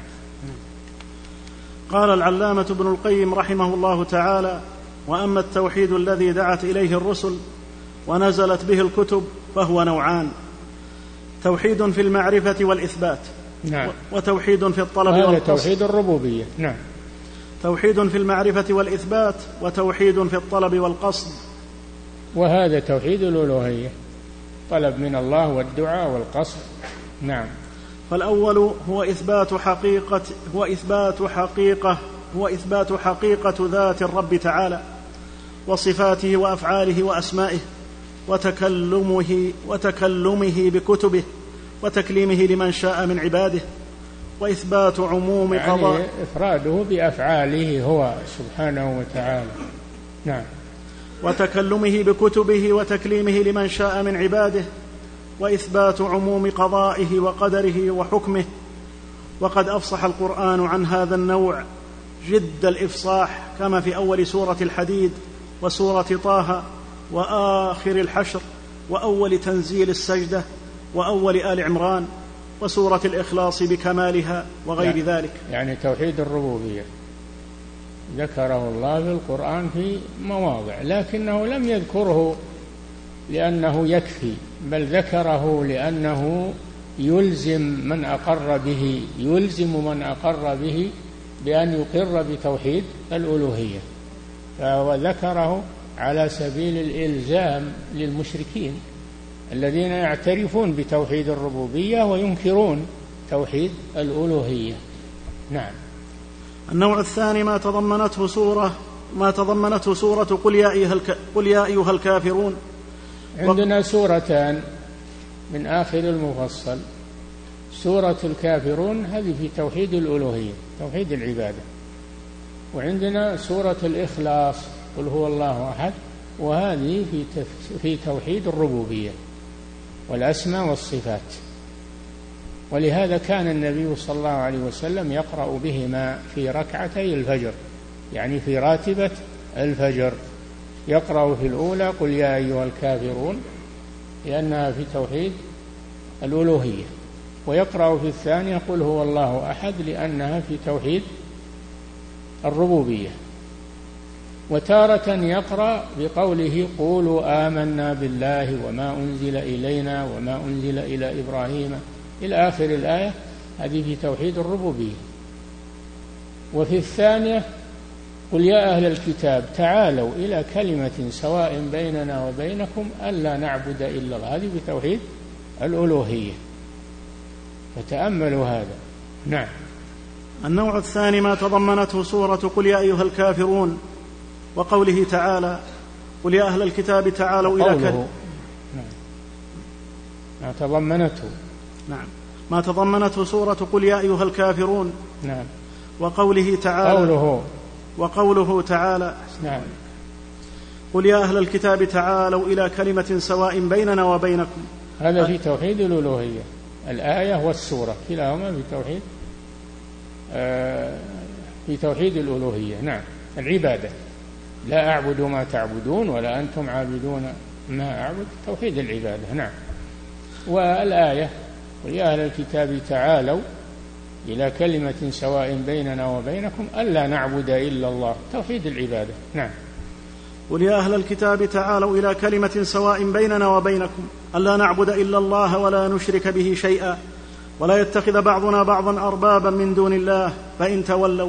قال العلامة ابن القيم رحمه الله تعالى: وأما التوحيد الذي دعت إليه الرسل ونزلت به الكتب فهو نوعان: توحيد في المعرفة والإثبات. نعم. وتوحيد في الطلب والقصد. توحيد الربوبية. نعم. توحيد في المعرفة والإثبات، وتوحيد في الطلب والقصد. وهذا توحيد الألوهية، طلب من الله والدعاء والقصد. نعم. فالأول هو إثبات حقيقة هو إثبات حقيقة هو إثبات حقيقة ذات الرب تعالى وصفاته وأفعاله وأسمائه، وتكلمه وتكلمه بكتبه، وتكليمه لمن شاء من عباده، وإثبات عموم يعني قضاء إفراده بأفعاله هو سبحانه وتعالى. نعم. وتكلمه بكتبه وتكليمه لمن شاء من عباده، وإثبات عموم قضائه وقدره وحكمه. وقد أفصح القرآن عن هذا النوع جد الإفصاح، كما في أول سورة الحديد وسورة طه وآخر الحشر وأول تنزيل السجدة وأول آل عمران وسورة الإخلاص بكمالها وغير يعني ذلك. يعني توحيد الربوبية ذكره الله في القرآن في مواضع، لكنه لم يذكره لأنه يكفي، بل ذكره لأنه يلزم من أقر به يلزم من أقر به بأن يقر بتوحيد الألوهية، فهو ذكره على سبيل الإلزام للمشركين الذين يعترفون بتوحيد الربوبية وينكرون توحيد الألوهية. نعم. النوع الثاني ما تضمنته سورة ما تضمنته سورة قل يا أيها الك... قل يا أيها الكافرون. عندنا سورتان من آخر المفصل: سورة الكافرون هذه في توحيد الألوهية توحيد العبادة، وعندنا سورة الإخلاص قل هو الله أحد، وهذه في في توحيد الربوبية والأسماء والصفات. ولهذا كان النبي صلى الله عليه وسلم يقرأ بهما في ركعتي الفجر، يعني في راتبة الفجر يقرأ في الأولى قل يا أيها الكافرون لأنها في توحيد الألوهية، ويقرأ في الثانية قل هو الله أحد لأنها في توحيد الربوبية. وتارة يقرأ بقوله قولوا آمنا بالله وما أنزل إلينا وما أنزل إلى إبراهيم إلى آخر الآية، هذه في توحيد الربوبية. وفي الثانية قل يا أهل الكتاب تعالوا إلى كلمة سواء بيننا وبينكم ألا نعبد إلا الله، هذه بتوحيد الألوهية، فتأملوا هذا. نعم. النوع الثاني ما تضمنته سورة قل يا أيها الكافرون وقوله تعالى قل يا أهل الكتاب تعالوا إلى كلمة. نعم. ما تضمنته نعم ما تضمنته سورة قل يا أيها الكافرون. نعم. وقوله تعالى قوله وقوله تعالى نعم قل يا أهل الكتاب تعالوا إلى كلمة سواء بيننا وبينكم، هذا في توحيد الألوهية، الآية والسورة كلاهما في توحيد آه في توحيد الألوهية. نعم. العبادة، لا أعبد ما تعبدون ولا أنتم عابدون ما أعبد، توحيد العبادة. نعم. والآية قل يا أهل الكتاب تعالوا إلى كلمة سواء بيننا وبينكم ألا نعبد إلا الله، توحيد العبادة. نعم. قل يا أهل الكتاب تعالوا إلى كلمة سواء بيننا وبينكم ألا نعبد إلا الله ولا نشرك به شيئا ولا يتخذ بعضنا بعضا أربابا من دون الله فإن تولوا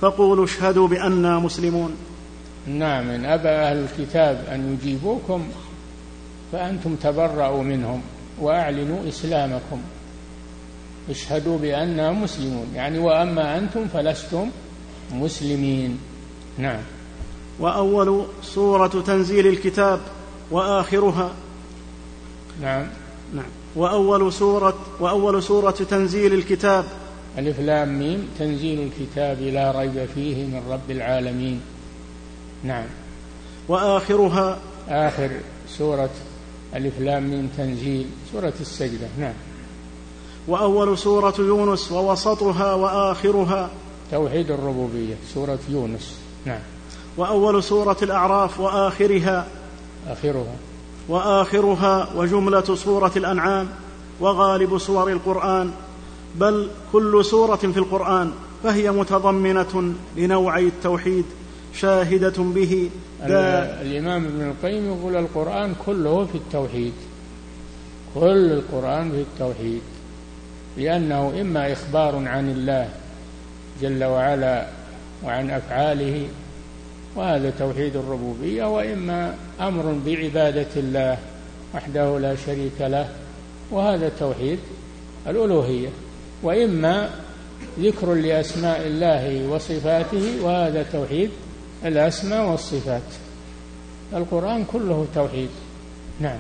فقولوا اشهدوا بأننا مسلمون. نعم، إن أبى أهل الكتاب أن يجيبوكم فأنتم تبرأوا منهم وأعلنوا إسلامكم، اشهدوا بأننا مسلمون، يعني وأما أنتم فلستم مسلمين. نعم. وأول سورة تنزيل الكتاب وآخرها. نعم نعم. وأول سورة وأول سورة تنزيل الكتاب ألف لام ميم، تنزيل الكتاب لا ريب فيه من رب العالمين. نعم. وآخرها آخر سورة ألف لام ميم تنزيل سورة السجدة. نعم. وأول سورة يونس ووسطها وآخرها توحيد الربوبية سورة يونس. نعم. وأول سورة الأعراف وآخرها آخرها وآخرها وجملة سورة الأنعام وغالب سور القرآن، بل كل سورة في القرآن فهي متضمنة لنوعي التوحيد شاهدة به. الإمام ابن القيم يقول القرآن كله في التوحيد، كل القرآن في التوحيد، لأنه إما إخبار عن الله جل وعلا وعن أفعاله وهذا توحيد الربوبية، وإما أمر بعبادة الله وحده لا شريك له وهذا توحيد الألوهية، وإما ذكر لأسماء الله وصفاته وهذا توحيد الأسماء والصفات. القرآن كله توحيد. نعم.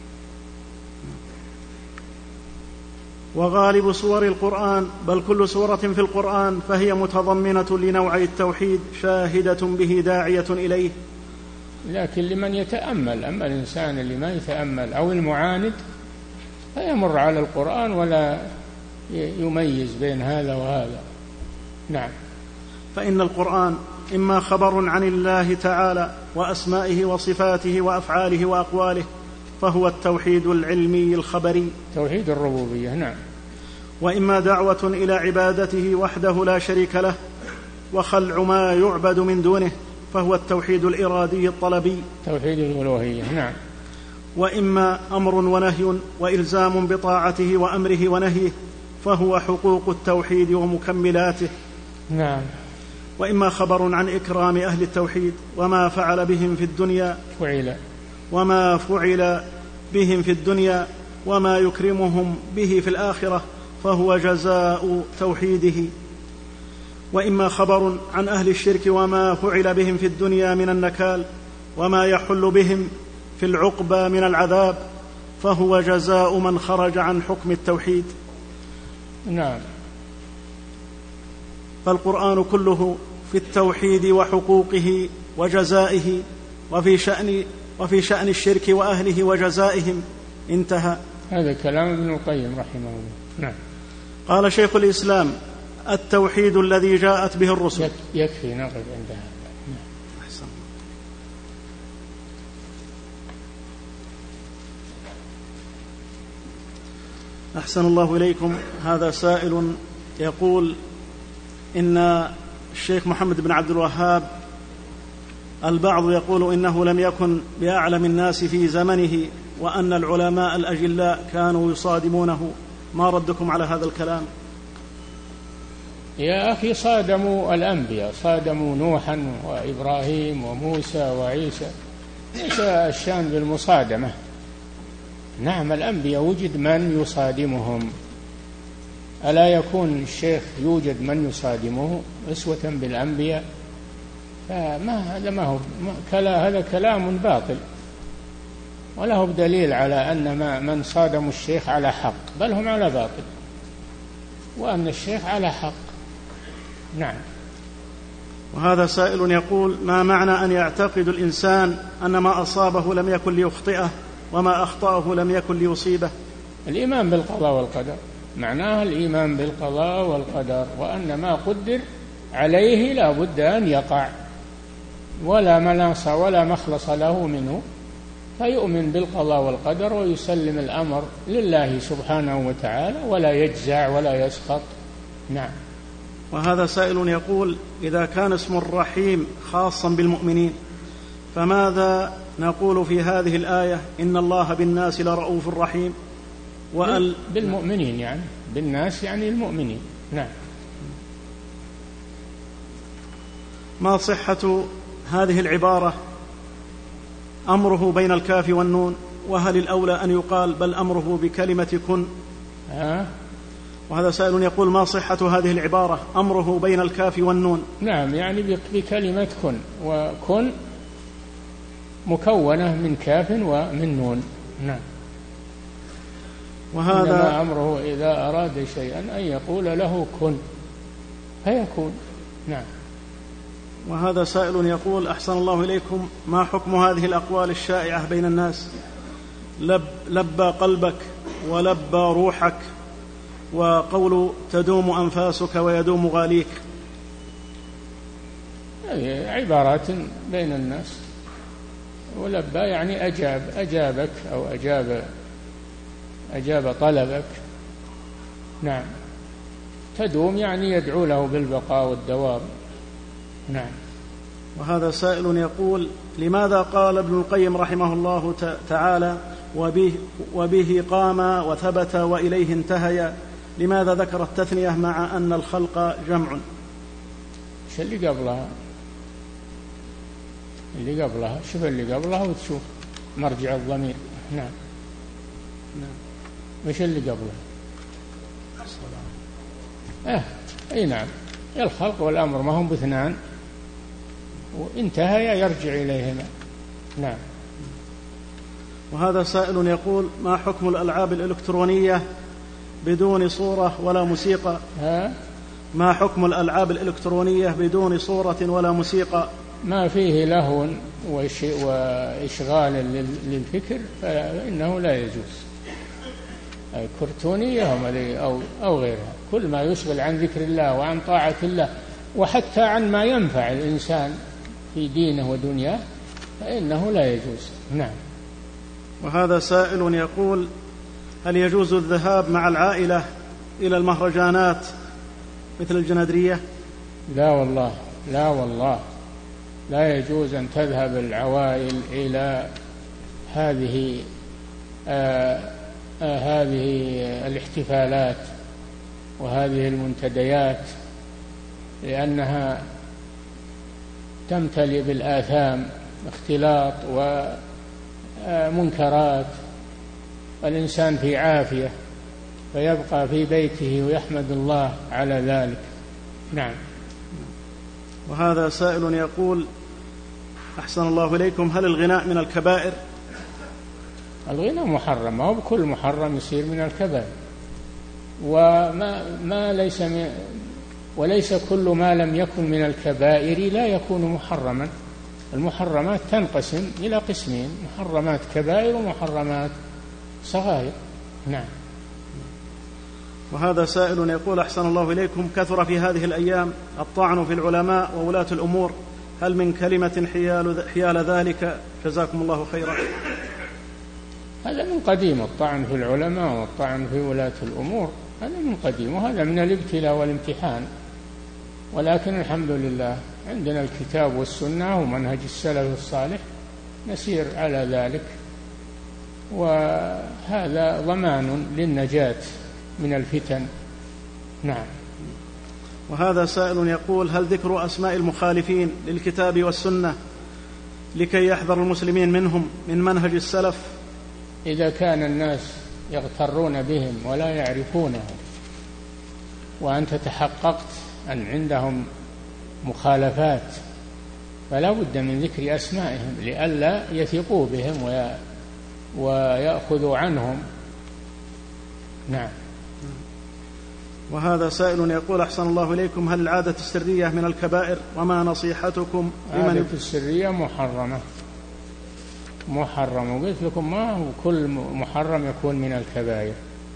وغالب سور القرآن، بل كل سورة في القرآن فهي متضمنة لنوعي التوحيد شاهدة به داعية إليه. لكن لمن يتأمل، أما الإنسان اللي ما يتأمل أو المعاند فيمر على القرآن ولا يميز بين هذا وهذا. نعم. فإن القرآن إما خبر عن الله تعالى وأسمائه وصفاته وأفعاله وأقواله فهو التوحيد العلمي الخبري توحيد الربوبية. نعم. وإما دعوة إلى عبادته وحده لا شريك له وخلع ما يعبد من دونه فهو التوحيد الإرادي الطلبي توحيد الألوهية. نعم. وإما أمر ونهي وإلزام بطاعته وأمره ونهيه فهو حقوق التوحيد ومكملاته. نعم. وإما خبر عن إكرام أهل التوحيد وما فعل بهم في الدنيا فعل وما فعل بهم في الدنيا وما يكرمهم به في الآخرة فهو جزاء توحيده. وإما خبر عن أهل الشرك وما فعل بهم في الدنيا من النكال وما يحل بهم في العقبى من العذاب فهو جزاء من خرج عن حكم التوحيد. نعم. فالقرآن كله في التوحيد وحقوقه وجزائه وفي شأن وفي شأن الشرك وأهله وجزائهم. انتهى. هذا كلام ابن القيم رحمه الله. نعم. قال شيخ الإسلام: التوحيد الذي جاءت به الرسل. يكفي نقف عند هذا. أحسن. أحسن الله إليكم. هذا سائل يقول إن الشيخ محمد بن عبد الوهاب البعض يقول إنه لم يكن بأعلم الناس في زمنه وأن العلماء الأجلاء كانوا يصادمونه، ما ردكم على هذا الكلام؟ يا أخي صادموا الأنبياء، صادموا نوحا وإبراهيم وموسى وعيسى، ليس الشان بالمصادمة. نعم الأنبياء وجد من يصادمهم، ألا يكون الشيخ يوجد من يصادمه أسوة بالأنبياء؟ فما هذا ما هو كلا هذا كلام باطل، ولا هو بدليل على أن ما من صادموا الشيخ على حق، بل هم على باطل، وأن الشيخ على حق. نعم. وهذا سائل يقول: ما معنى أن يعتقد الإنسان أن ما أصابه لم يكن ليخطئه وما أخطأه لم يكن ليصيبه؟ الإيمان بالقضاء والقدر، معناها الإيمان بالقضاء والقدر، وأن ما قدر عليه لا بد أن يقع، ولا مناص ولا مخلص له منه، فيؤمن بالقضاء والقدر ويسلم الأمر لله سبحانه وتعالى ولا يجزع ولا يسخط. نعم. وهذا سائل يقول: إذا كان اسم الرحيم خاصا بالمؤمنين فماذا نقول في هذه الآية إن الله بالناس لرؤوف رحيم؟ وأل بالمؤمنين يعني بالناس يعني المؤمنين. نعم. ما صحة هذه العبارة أمره بين الكاف والنون؟ وهل الأولى أن يقال بل أمره بكلمة كن؟ ها؟ وهذا سائل يقول ما صحة هذه العبارة أمره بين الكاف والنون؟ نعم، يعني بكلمة كن، وكن مكونة من كاف ومن نون. نعم. وهذا أمره إذا أراد شيئا أن يقول له كن فيكون. نعم. وهذا سائل يقول أحسن الله إليكم ما حكم هذه الأقوال الشائعة بين الناس لب لبى قلبك ولبى روحك وقول تدوم أنفاسك ويدوم غاليك؟ هذه عبارات بين الناس. ولبى يعني أجاب أجابك أو أجاب أجاب طلبك. نعم. تدوم يعني يدعو له بالبقاء والدوام. نعم. وهذا سائل يقول لماذا قال ابن القيم رحمه الله تعالى وبه, وبه قام وثبت وإليه انتهي، لماذا ذكر التثنية مع أن الخلق جمع؟ ايش اللي قبلها؟ اللي قبلها شوف اللي قبلها وتشوف مرجع الضمير. نعم. نعم. وش اللي قبلها؟ اه اي نعم، الخلق والأمر ما هم باثنان، وانتهى يرجع إليهما. نعم. وهذا سائل يقول ما حكم الألعاب الإلكترونية بدون صورة ولا موسيقى؟ ها؟ ما حكم الألعاب الإلكترونية بدون صورة ولا موسيقى؟ ما فيه لهو وإشغال للفكر فإنه لا يجوز. كرتونية أو أو غيرها، كل ما يشغل عن ذكر الله وعن طاعة الله وحتى عن ما ينفع الإنسان في دينه ودنياه فإنه لا يجوز. نعم. وهذا سائل يقول هل يجوز الذهاب مع العائلة إلى المهرجانات مثل الجنادرية؟ لا والله، لا والله، لا يجوز أن تذهب العوائل إلى هذه آه آه هذه الاحتفالات وهذه المنتديات، لأنها تمتلئ بالآثام، اختلاط ومنكرات، الإنسان في عافية فيبقى في بيته ويحمد الله على ذلك. نعم. وهذا سائل يقول أحسن الله إليكم هل الغناء من الكبائر؟ الغناء محرم، أو بكل محرم يصير من الكبائر، وما ما ليس من وليس كل ما لم يكن من الكبائر لا يكون محرما. المحرمات تنقسم إلى قسمين: محرمات كبائر ومحرمات صغائر. نعم. وهذا سائل يقول أحسن الله إليكم كثر في هذه الأيام الطعن في العلماء وولاة الأمور، هل من كلمة حيال, حيال ذلك؟ جزاكم الله خيرا. هذا من قديم، الطعن في العلماء والطعن في ولاة الأمور هذا من قديم، وهذا من الابتلاء والامتحان، ولكن الحمد لله عندنا الكتاب والسنة ومنهج السلف الصالح نسير على ذلك، وهذا ضمان للنجاة من الفتن. نعم. وهذا سائل يقول هل ذكر أسماء المخالفين للكتاب والسنة لكي يحذر المسلمين منهم من منهج السلف؟ إذا كان الناس يغترون بهم ولا يعرفونهم وأنت تحققت أن عندهم مخالفات فلا بد من ذكر أسمائهم لئلا يثقوا بهم ويأخذوا عنهم. نعم. وهذا سائل يقول أحسن الله إليكم هل العادة السرية من الكبائر؟ وما نصيحتكم لمن؟ العادة السرية محرمة محرم، وقلت لكم ما هو كل محرم يكون من الكبائر.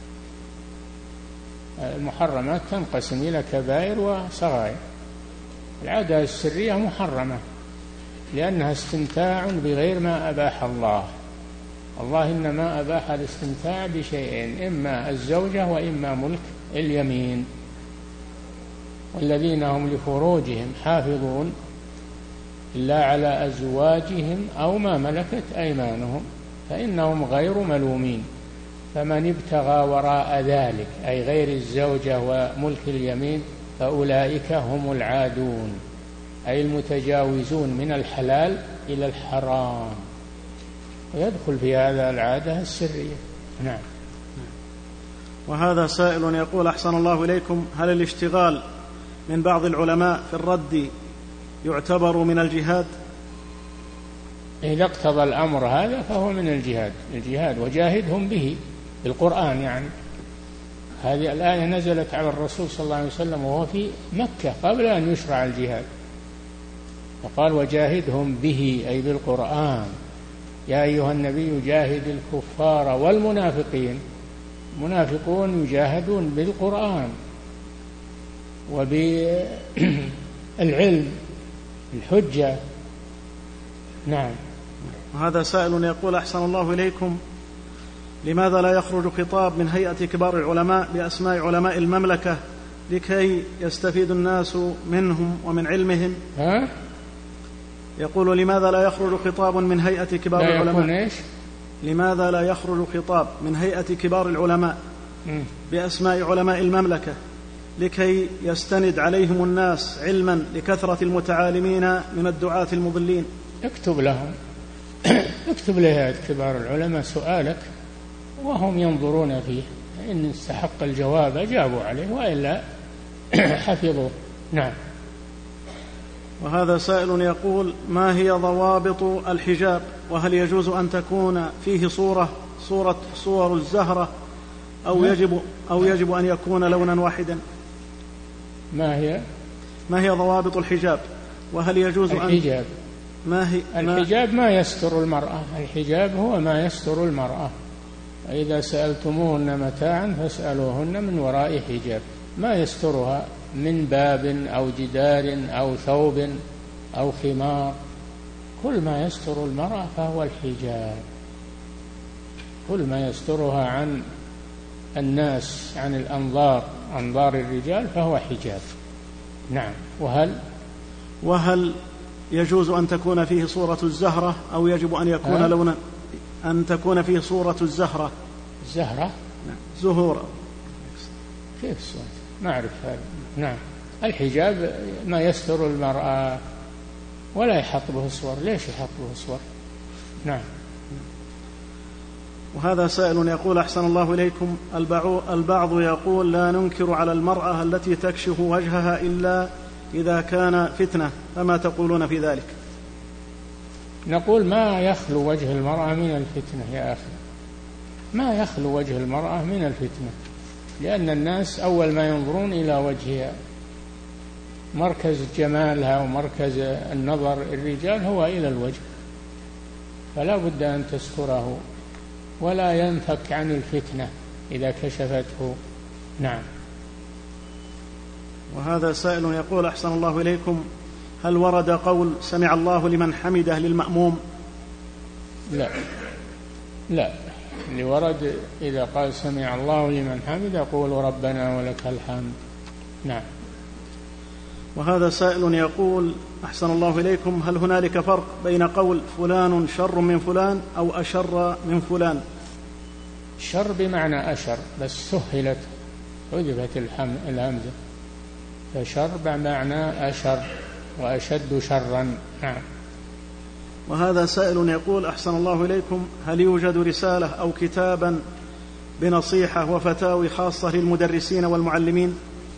المحرمات تنقسم إلى كبائر وصغائر. العادة السرية محرمة لأنها استمتاع بغير ما أباح الله. الله إنما أباح الاستمتاع بشيئين: إما الزوجة وإما ملك اليمين. والذين هم لفروجهم حافظون إلا على أزواجهم أو ما ملكت أيمانهم فإنهم غير ملومين، فمن ابتغى وراء ذلك أي غير الزوجة وملك اليمين فأولئك هم العادون. أي المتجاوزون من الحلال إلى الحرام، ويدخل في هذا العادة السرية. نعم. وهذا سائل يقول: أحسن الله إليكم، هل الاشتغال من بعض العلماء في الرد يعتبر من الجهاد؟ إذا اقتضى الأمر هذا فهو من الجهاد الجهاد وجاهدهم به بالقرآن. يعني هذه الآية نزلت على الرسول صلى الله عليه وسلم وهو في مكة قبل أن يشرع الجهاد، فقال: وجاهدهم به، أي بالقرآن. يا أيها النبي جاهد الكفار والمنافقين. المنافقون يجاهدون بالقرآن وبالعلم الحجة. نعم. وهذا سائل يقول: أحسن الله إليكم، لماذا لا يخرج خطاب من هيئة كبار العلماء بأسماء علماء المملكة لكي يستفيد الناس منهم ومن علمهم؟ ها؟ يقول: لماذا لا يخرج خطاب من هيئة كبار لا العلماء؟ يكون إيش؟ لماذا لا يخرج خطاب من هيئة كبار العلماء م. بأسماء علماء المملكة لكي يستند عليهم الناس علما لكثرة المتعالمين من الدعاة المضلين؟ اكتب لهم اكتب لهيئة كبار العلماء سؤالك وهم ينظرون فيه، إن استحق الجواب أجابوا عليه، وإلا حفظوه. نعم. وهذا سائل يقول: ما هي ضوابط الحجاب؟ وهل يجوز أن تكون فيه صورة صورة صور الزهرة أو يجب أو يجب أن يكون لونا واحدا؟ ما هي ما هي ضوابط الحجاب؟ وهل يجوز الحجاب؟ أن ما هي الحجاب ما يستر المرأة. الحجاب هو ما يستر المرأة. إذا سألتموهن متاعا فاسألوهن من وراء حجاب، ما يسترها من باب أو جدار أو ثوب أو خمار. كل ما يستر المرأة فهو الحجاب، كل ما يسترها عن الناس، عن الأنظار، أنظار الرجال، فهو حجاب. نعم. وهل وهل يجوز أن تكون فيه صورة الزهرة أو يجب أن يكون لونا أن تكون فيه صورة الزهرة؟ الزهرة زهورة كيف الصورة؟ ما أعرف هذا. نعم. الحجاب ما يستر المرأة ولا يحط به صور. ليش يحط به صور؟ نعم. وهذا سائل يقول: أحسن الله إليكم، البعض يقول لا ننكر على المرأة التي تكشف وجهها إلا إذا كان فتنة، فما تقولون في ذلك؟ نقول ما يخلو وجه المرأة من الفتنة يا أخي، ما يخلو وجه المرأة من الفتنة، لأن الناس أول ما ينظرون إلى وجهها، مركز جمالها ومركز النظر الرجال هو إلى الوجه، فلا بد أن تستره ولا ينفك عن الفتنة إذا كشفته. نعم. وهذا سائل يقول: أحسن الله إليكم، هل ورد قول سمع الله لمن حمده للمأموم؟ لا لا، اللي ورد إذا قال سمع الله لمن حمده يقول ربنا ولك الحمد. نعم. وهذا سائل يقول: أحسن الله إليكم، هل هنالك فرق بين قول فلان شر من فلان أو أشر من فلان؟ شر بمعنى أشر، بس سهلت حذفت الهمزة، فشر بمعنى أشر وأشد شرا. نعم. وهذا سائل يقول: أحسن الله إليكم، هل يوجد رسالة أو كتابا بنصيحة وفتاوي خاصة للمدرسين والمعلمين؟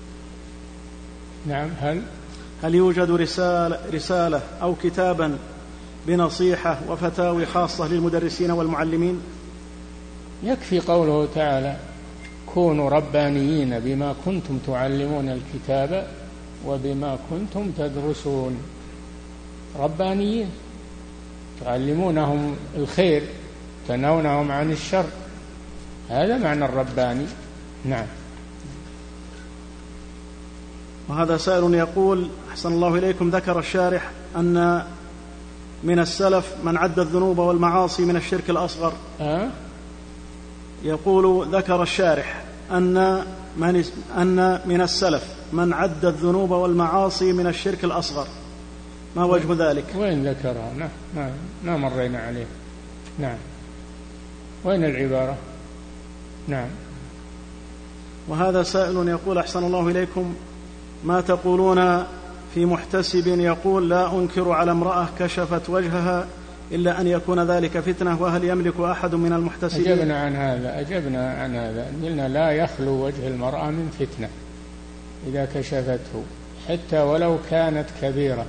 نعم. هل هل يوجد رسالة, رسالة أو كتابا بنصيحة وفتاوي خاصة للمدرسين والمعلمين؟ يكفي قوله تعالى: كونوا ربانيين بما كنتم تعلمون الكتاب وبما كنتم تدرسون. ربانيين تعلمونهم الخير تنهونهم عن الشر، هذا معنى الرباني. نعم. وهذا سائل يقول: أحسن الله إليكم، ذكر الشارح أن من السلف من عد الذنوب والمعاصي من الشرك الأصغر. أه؟ يقول ذكر الشارح أن من, أن من السلف من عد الذنوب والمعاصي من الشرك الأصغر، ما وجه ذلك؟ وين ذكرها؟ ما, ما, ما مرينا عليه. نعم. وين العبارة؟ نعم. وهذا سائل يقول: أحسن الله إليكم، ما تقولون في محتسب يقول: لا أنكر على امرأة كشفت وجهها إلا أن يكون ذلك فتنة، وهل يملك أحد من المحتسبين؟ أجبنا عن هذا أجبنا عن هذا قلنا لا يخلو وجه المرأة من فتنة إذا كشفته حتى ولو كانت كبيرة،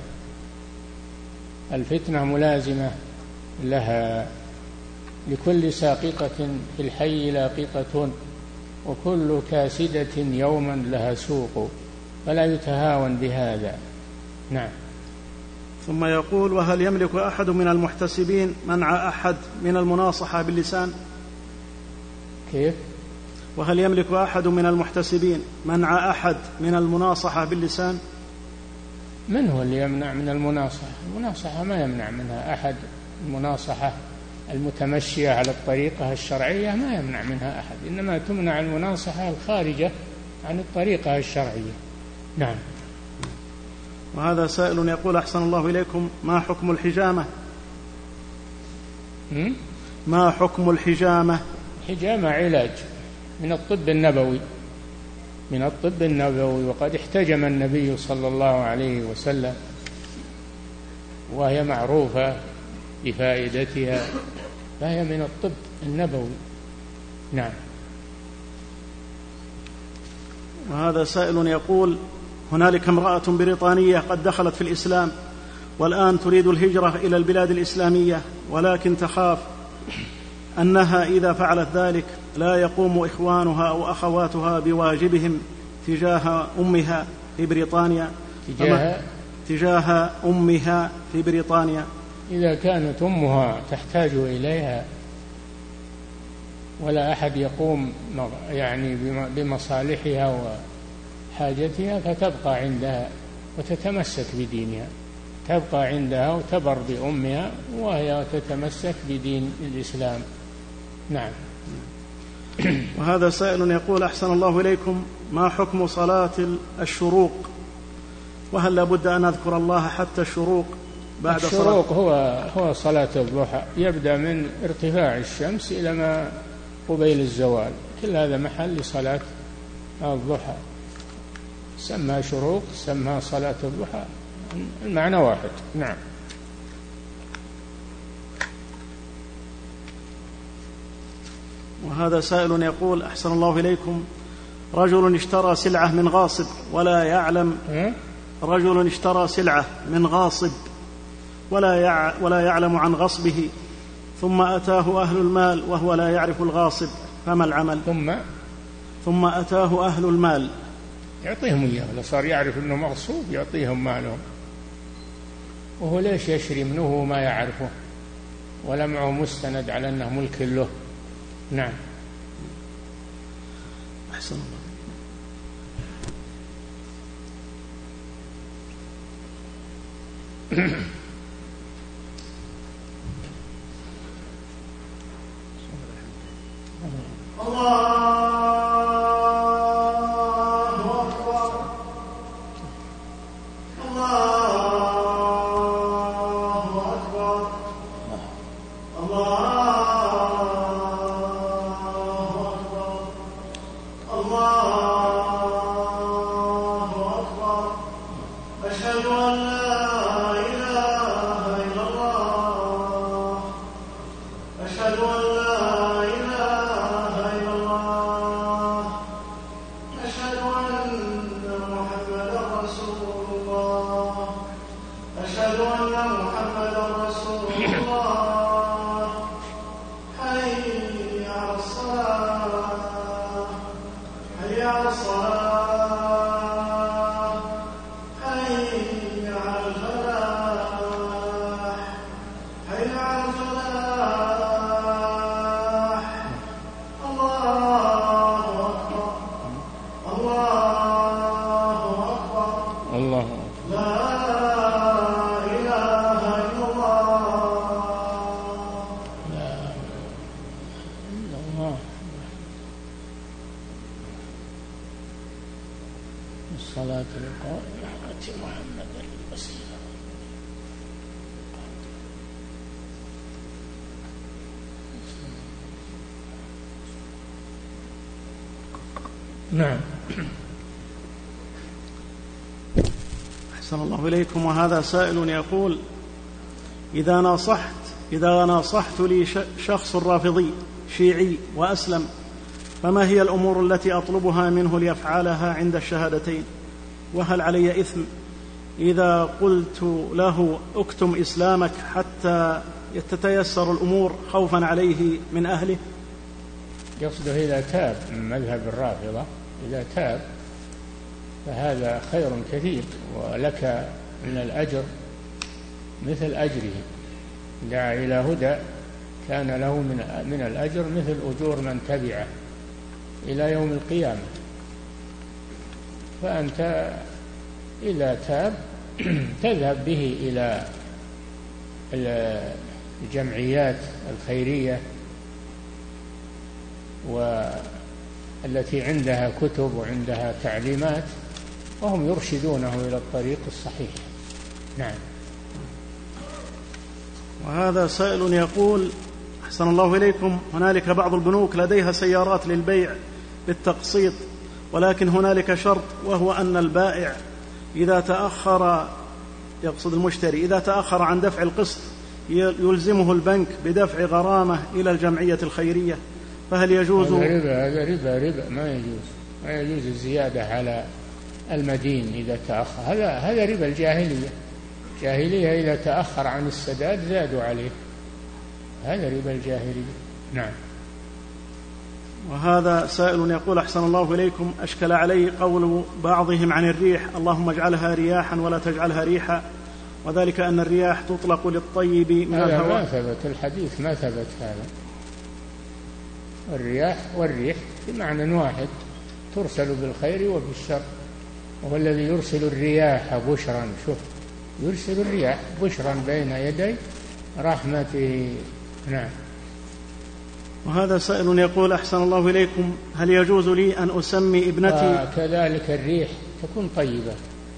الفتنة ملازمة لها. لكل ساقطة في الحي لاقطة، وكل كاسدة يوما لها سوق، فلا يتهاون بهذا. نعم. ثم يقول: وهل يملك أحد من المحتسبين منع أحد من المناصحة باللسان؟ كيف؟ وهل يملك أحد من المحتسبين منع أحد من المناصحة باللسان؟ من هو اللي يمنع من المناصحة؟ المناصحة ما يمنع منها أحد، المناصحة المتمشية على الطريقة الشرعية ما يمنع منها أحد، إنما تمنع المناصحة الخارجة عن الطريقة الشرعية. نعم. وهذا سائل يقول: أحسن الله إليكم، ما حكم الحجامة؟ ما حكم الحجامة؟ الحجامة علاج من الطب النبوي، من الطب النبوي، وقد احتجم النبي صلى الله عليه وسلم، وهي معروفة بفائدتها، فهي من الطب النبوي. نعم. وهذا سائل يقول: هنالك امرأة بريطانية قد دخلت في الإسلام والآن تريد الهجرة إلى البلاد الإسلامية، ولكن تخاف أنها إذا فعلت ذلك لا يقوم إخوانها أو أخواتها بواجبهم تجاه أمها في بريطانيا تجاه, تجاه أمها في بريطانيا. إذا كانت أمها تحتاج إليها ولا أحد يقوم يعني بمصالحها وحاجتها فتبقى عندها وتتمسك بدينها، تبقى عندها وتبر بأمها وهي تتمسك بدين الإسلام. نعم. وهذا سائل يقول: أحسن الله إليكم، ما حكم صلاة الشروق؟ وهل لابد أن أذكر الله حتى الشروق بعد الشروق صلاة؟ هو هو صلاة الضحى، يبدأ من ارتفاع الشمس إلى ما قبيل الزوال، كل هذا محل لصلاة الضحى، سمى شروق سمى صلاة الضحى، المعنى واحد. نعم. وهذا سائل يقول: أحسن الله إليكم، رجل اشترى سلعة من غاصب ولا يعلم رجل اشترى سلعة من غاصب ولا يع... ولا يعلم عن غصبه، ثم أتاه أهل المال وهو لا يعرف الغاصب، فما العمل؟ ثم ثم أتاه أهل المال يعطيهم إياه، لو صار يعرف أنه مغصوب يعطيهم مالهم، وهو ليش يشري منه وهو ما يعرفه ولا معه مستند على أنه ملك له؟ نعم. أحسن الله. الصلاة لقائمة محمد الوسيلة. نعم. أحسن أحسن الله إليكم. وهذا سائل يقول: إذا ناصحت إذا ناصحت لي شخص رافضي شيعي وأسلم، فما هي الأمور التي أطلبها منه ليفعلها عند الشهادتين؟ وهل علي إثم إذا قلت له اكتم إسلامك حتى تتيسر الأمور خوفا عليه من أهله؟ يقصده إذا تاب من مذهب الرافضة، إذا تاب فهذا خير كثير، ولك من الأجر مثل أجره. دعا إلى هدى كان له من من الأجر مثل أجور من تبعه إلى يوم القيامة. فأنت إذا تاب تذهب به إلى الجمعيات الخيرية والتي عندها كتب وعندها تعليمات، وهم يرشدونه إلى الطريق الصحيح. نعم. وهذا سائل يقول: أحسن الله إليكم، هنالك بعض البنوك لديها سيارات للبيع بالتقسيط، ولكن هنالك شرط، وهو أن البائع إذا تأخر، يقصد المشتري، إذا تأخر عن دفع القسط يلزمه البنك بدفع غرامة إلى الجمعية الخيرية، فهل يجوز؟ هذا ربا هذا ربا ربا ما يجوز ما يجوز الزيادة على المدين إذا تأخر. هذا هذا ربا الجاهلية. الجاهلية إذا تأخر عن السداد زادوا عليه، هذا ربا الجاهلية. نعم. وهذا سائل يقول: أحسن الله إليكم، أشكل علي قول بعضهم عن الريح: اللهم اجعلها رياحا ولا تجعلها ريحا، وذلك أن الرياح تطلق للطيب من الهواء. ما ثبت الحديث، ما ثبت هذا. الرياح والريح بمعنى واحد، ترسل بالخير وبالشر، وهو الذي يرسل الرياح بشرا. شوف، يرسل الرياح بشرا بين يدي رحمته. نعم. وهذا سائل يقول: أحسن الله إليكم، هل يجوز لي أن أسمي ابنتي؟ كذلك الريح تكون طيبة،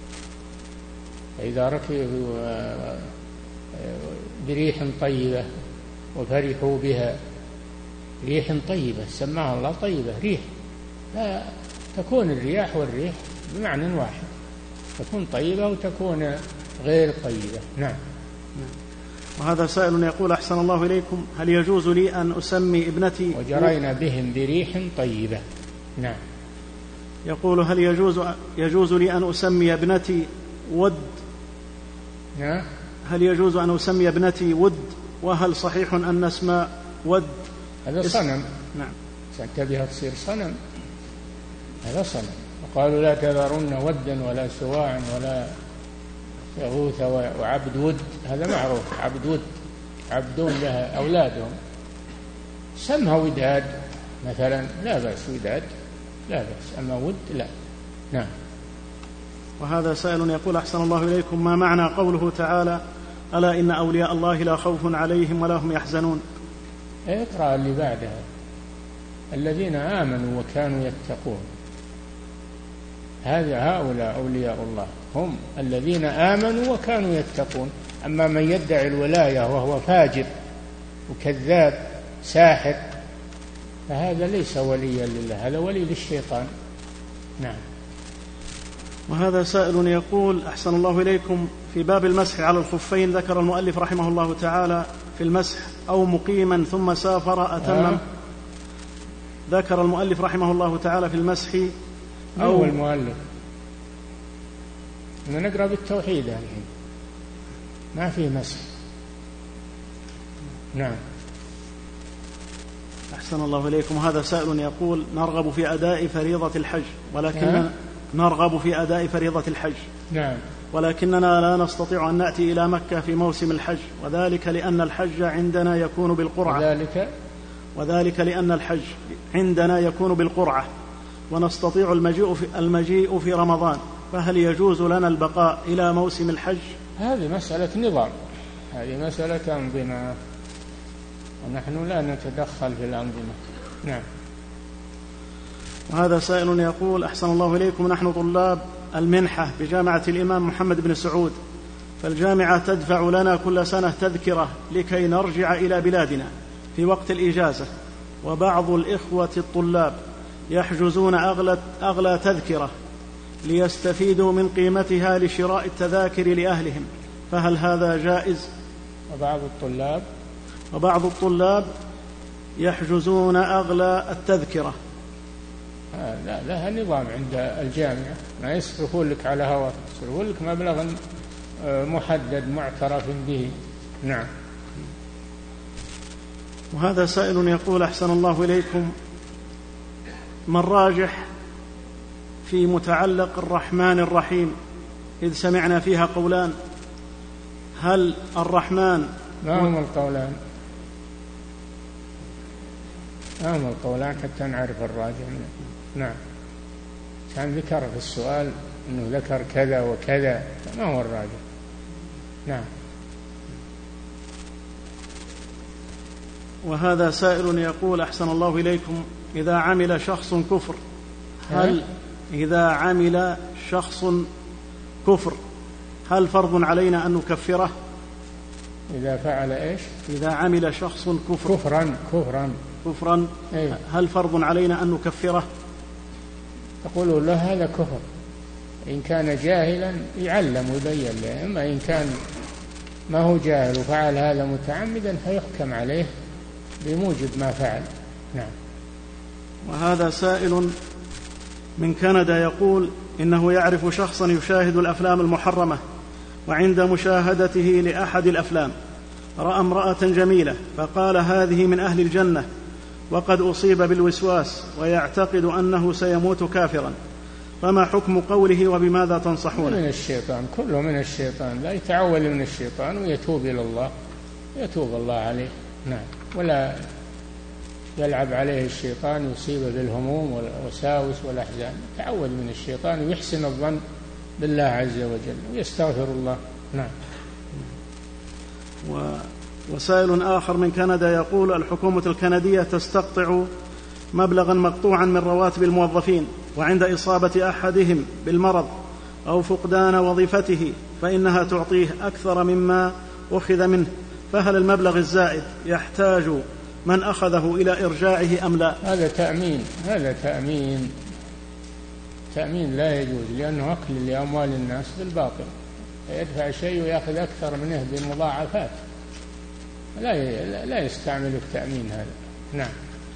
إذا ركبوا بريح طيبة وفرحوا بها، ريح طيبة سماها الله طيبة ريح، لا تكون الرياح والريح بمعنى واحد، تكون طيبة وتكون غير طيبة. نعم. وهذا سائل يقول: أحسن الله إليكم، هل يجوز لي أن أسمي ابنتي؟ وجرينا بهم بريح طيبة. نعم. يقول: هل يجوز يجوز لي أن أسمي ابنتي ود؟ نعم. هل يجوز أن أسمي ابنتي ود؟ وهل صحيح أن اسم ود هذا صنم؟ نعم. تنتبه تصير صنم، هذا صنم. وقالوا: لا تذرن ودا ولا سواعا ولا يغوث وعبد ود. هذا معروف، عبد ود، عبدون لها أولادهم، سمها وداد مثلا، لا بأس، وداد لا بأس، أما ود لا. نعم. وهذا سائل يقول: أحسن الله إليكم، ما معنى قوله تعالى: ألا إن أولياء الله لا خوف عليهم ولا هم يحزنون؟ اقرأ اللي بعدها: الذين آمنوا وكانوا يتقون. هذا هؤلاء أولياء الله، هم الذين آمنوا وكانوا يتقون. أما من يدعي الولاية وهو فاجر وكذاب ساحر فهذا ليس وليا لله، هذا ولي للشيطان. نعم. وهذا سائل يقول: أحسن الله إليكم، في باب المسح على الخفين ذكر المؤلف رحمه الله تعالى في المسح أو مقيما ثم سافر أتمم. آه. ذكر المؤلف رحمه الله تعالى في المسح أو هو المؤلف. نقرأ بالتوحيد الحين، ما فيه مسح. نعم. أحسن الله إليكم. هذا سائل يقول: نرغب في أداء فريضة الحج، ولكننا نرغب في أداء فريضة الحج. نعم. ولكننا لا نستطيع أن نأتي إلى مكة في موسم الحج، وذلك لأن الحج عندنا يكون بالقرعة. وذلك وذلك لأن الحج عندنا يكون بالقرعة، ونستطيع المجيء في, المجيء في رمضان، فهل يجوز لنا البقاء إلى موسم الحج؟ هذه مسألة نظام، هذه مسألة أنظمة، ونحن لا نتدخل في الأنظمة. نعم. وهذا سائل يقول: أحسن الله إليكم، نحن طلاب المنحة بجامعة الإمام محمد بن سعود، فالجامعة تدفع لنا كل سنة تذكرة لكي نرجع إلى بلادنا في وقت الإجازة، وبعض الإخوة الطلاب يحجزون أغلى, أغلى تذكرة ليستفيدوا من قيمتها لشراء التذاكر لأهلهم، فهل هذا جائز؟ وبعض الطلاب وبعض الطلاب يحجزون أغلى التذكرة. آه لا، لها نظام عند الجامعة، ما يصرفون لك على هواك، يصرفون لك مبلغ محدد معترف به. نعم. وهذا سائل يقول: أحسن الله إليكم، ما الراجح في متعلق الرحمن الرحيم؟ إذ سمعنا فيها قولان، هل الرحمن ما هم القولان؟ ما هم القولان حتى نعرف الراجح. نعم، كان ذكر في السؤال أنه ذكر كذا وكذا، ما هو الراجح؟ نعم. وهذا سائل يقول: أحسن الله إليكم، إذا عمل شخص كفر، هل إذا عمل شخص كفر هل فرض علينا أن نكفره؟ إذا فعل إيش؟ إذا عمل شخص كفر كفرا كفرا كفرا إيه؟ هل فرض علينا أن نكفره؟ تقول له هذا كفر، إن كان جاهلا يعلم ويبين له، أما إن كان ما هو جاهل وفعل هذا متعمدا فيحكم عليه بموجب ما فعل. نعم. وهذا سائل من كندا يقول: إنه يعرف شخصا يشاهد الأفلام المحرمة، وعند مشاهدته لأحد الأفلام رأى امرأة جميلة فقال هذه من أهل الجنة، وقد أصيب بالوسواس ويعتقد أنه سيموت كافرا، فما حكم قوله وبماذا تنصحونه؟ من الشيطان، كله من الشيطان، لا يتعول من الشيطان ويتوب إلى الله، يتوب الله عليه. نعم. ولا يلعب عليه الشيطان يصيب بالهموم والوساوس والأحزان، يتعود من الشيطان ويحسن الظن بالله عز وجل ويستغفر الله. نعم. وسائل آخر من كندا يقول: الحكومة الكندية تستقطع مبلغا مقطوعا من رواتب الموظفين، وعند إصابة أحدهم بالمرض أو فقدان وظيفته فإنها تعطيه أكثر مما أخذ منه، فهل المبلغ الزائد يحتاج من أخذه إلى إرجاعه أم لا؟ هذا تأمين، هذا تأمين تأمين لا يجوز، لأنه أكل لأموال الناس بالباطل، يدفع شيء ويأخذ أكثر منه بمضاعفات، لا لا يستعمل التأمين هذا. نعم.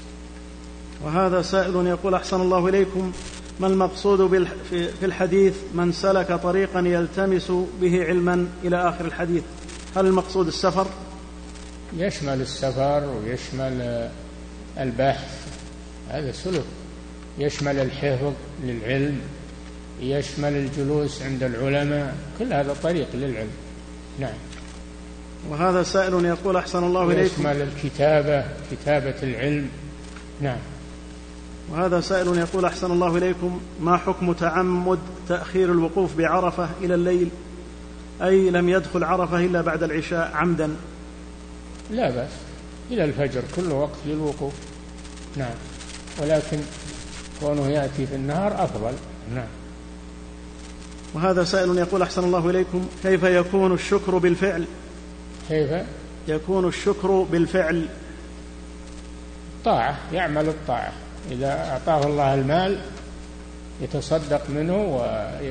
وهذا سائل يقول: أحسن الله إليكم، ما المقصود في الحديث من سلك طريقا يلتمس به علما إلى آخر الحديث؟ هل المقصود السفر؟ يشمل السفر ويشمل البحث، هذا سلوك، يشمل الحفظ للعلم، يشمل الجلوس عند العلماء، كل هذا طريق للعلم. نعم. وهذا سائل يقول: أحسن الله إليكم، يشمل الكتابة، كتابة العلم. نعم. وهذا سائل يقول: أحسن الله إليكم، ما حكم تعمد تأخير الوقوف بعرفة إلى الليل، أي لم يدخل عرفة إلا بعد العشاء عمدا؟ لا بأس، إلى الفجر كل وقت للوقوف. نعم. ولكن كونه يأتي في النهار أفضل. نعم. وهذا سائل يقول: أحسن الله إليكم، كيف يكون الشكر بالفعل؟ كيف يكون الشكر بالفعل؟ طاعة، يعمل الطاعة، إذا أعطاه الله المال يتصدق منه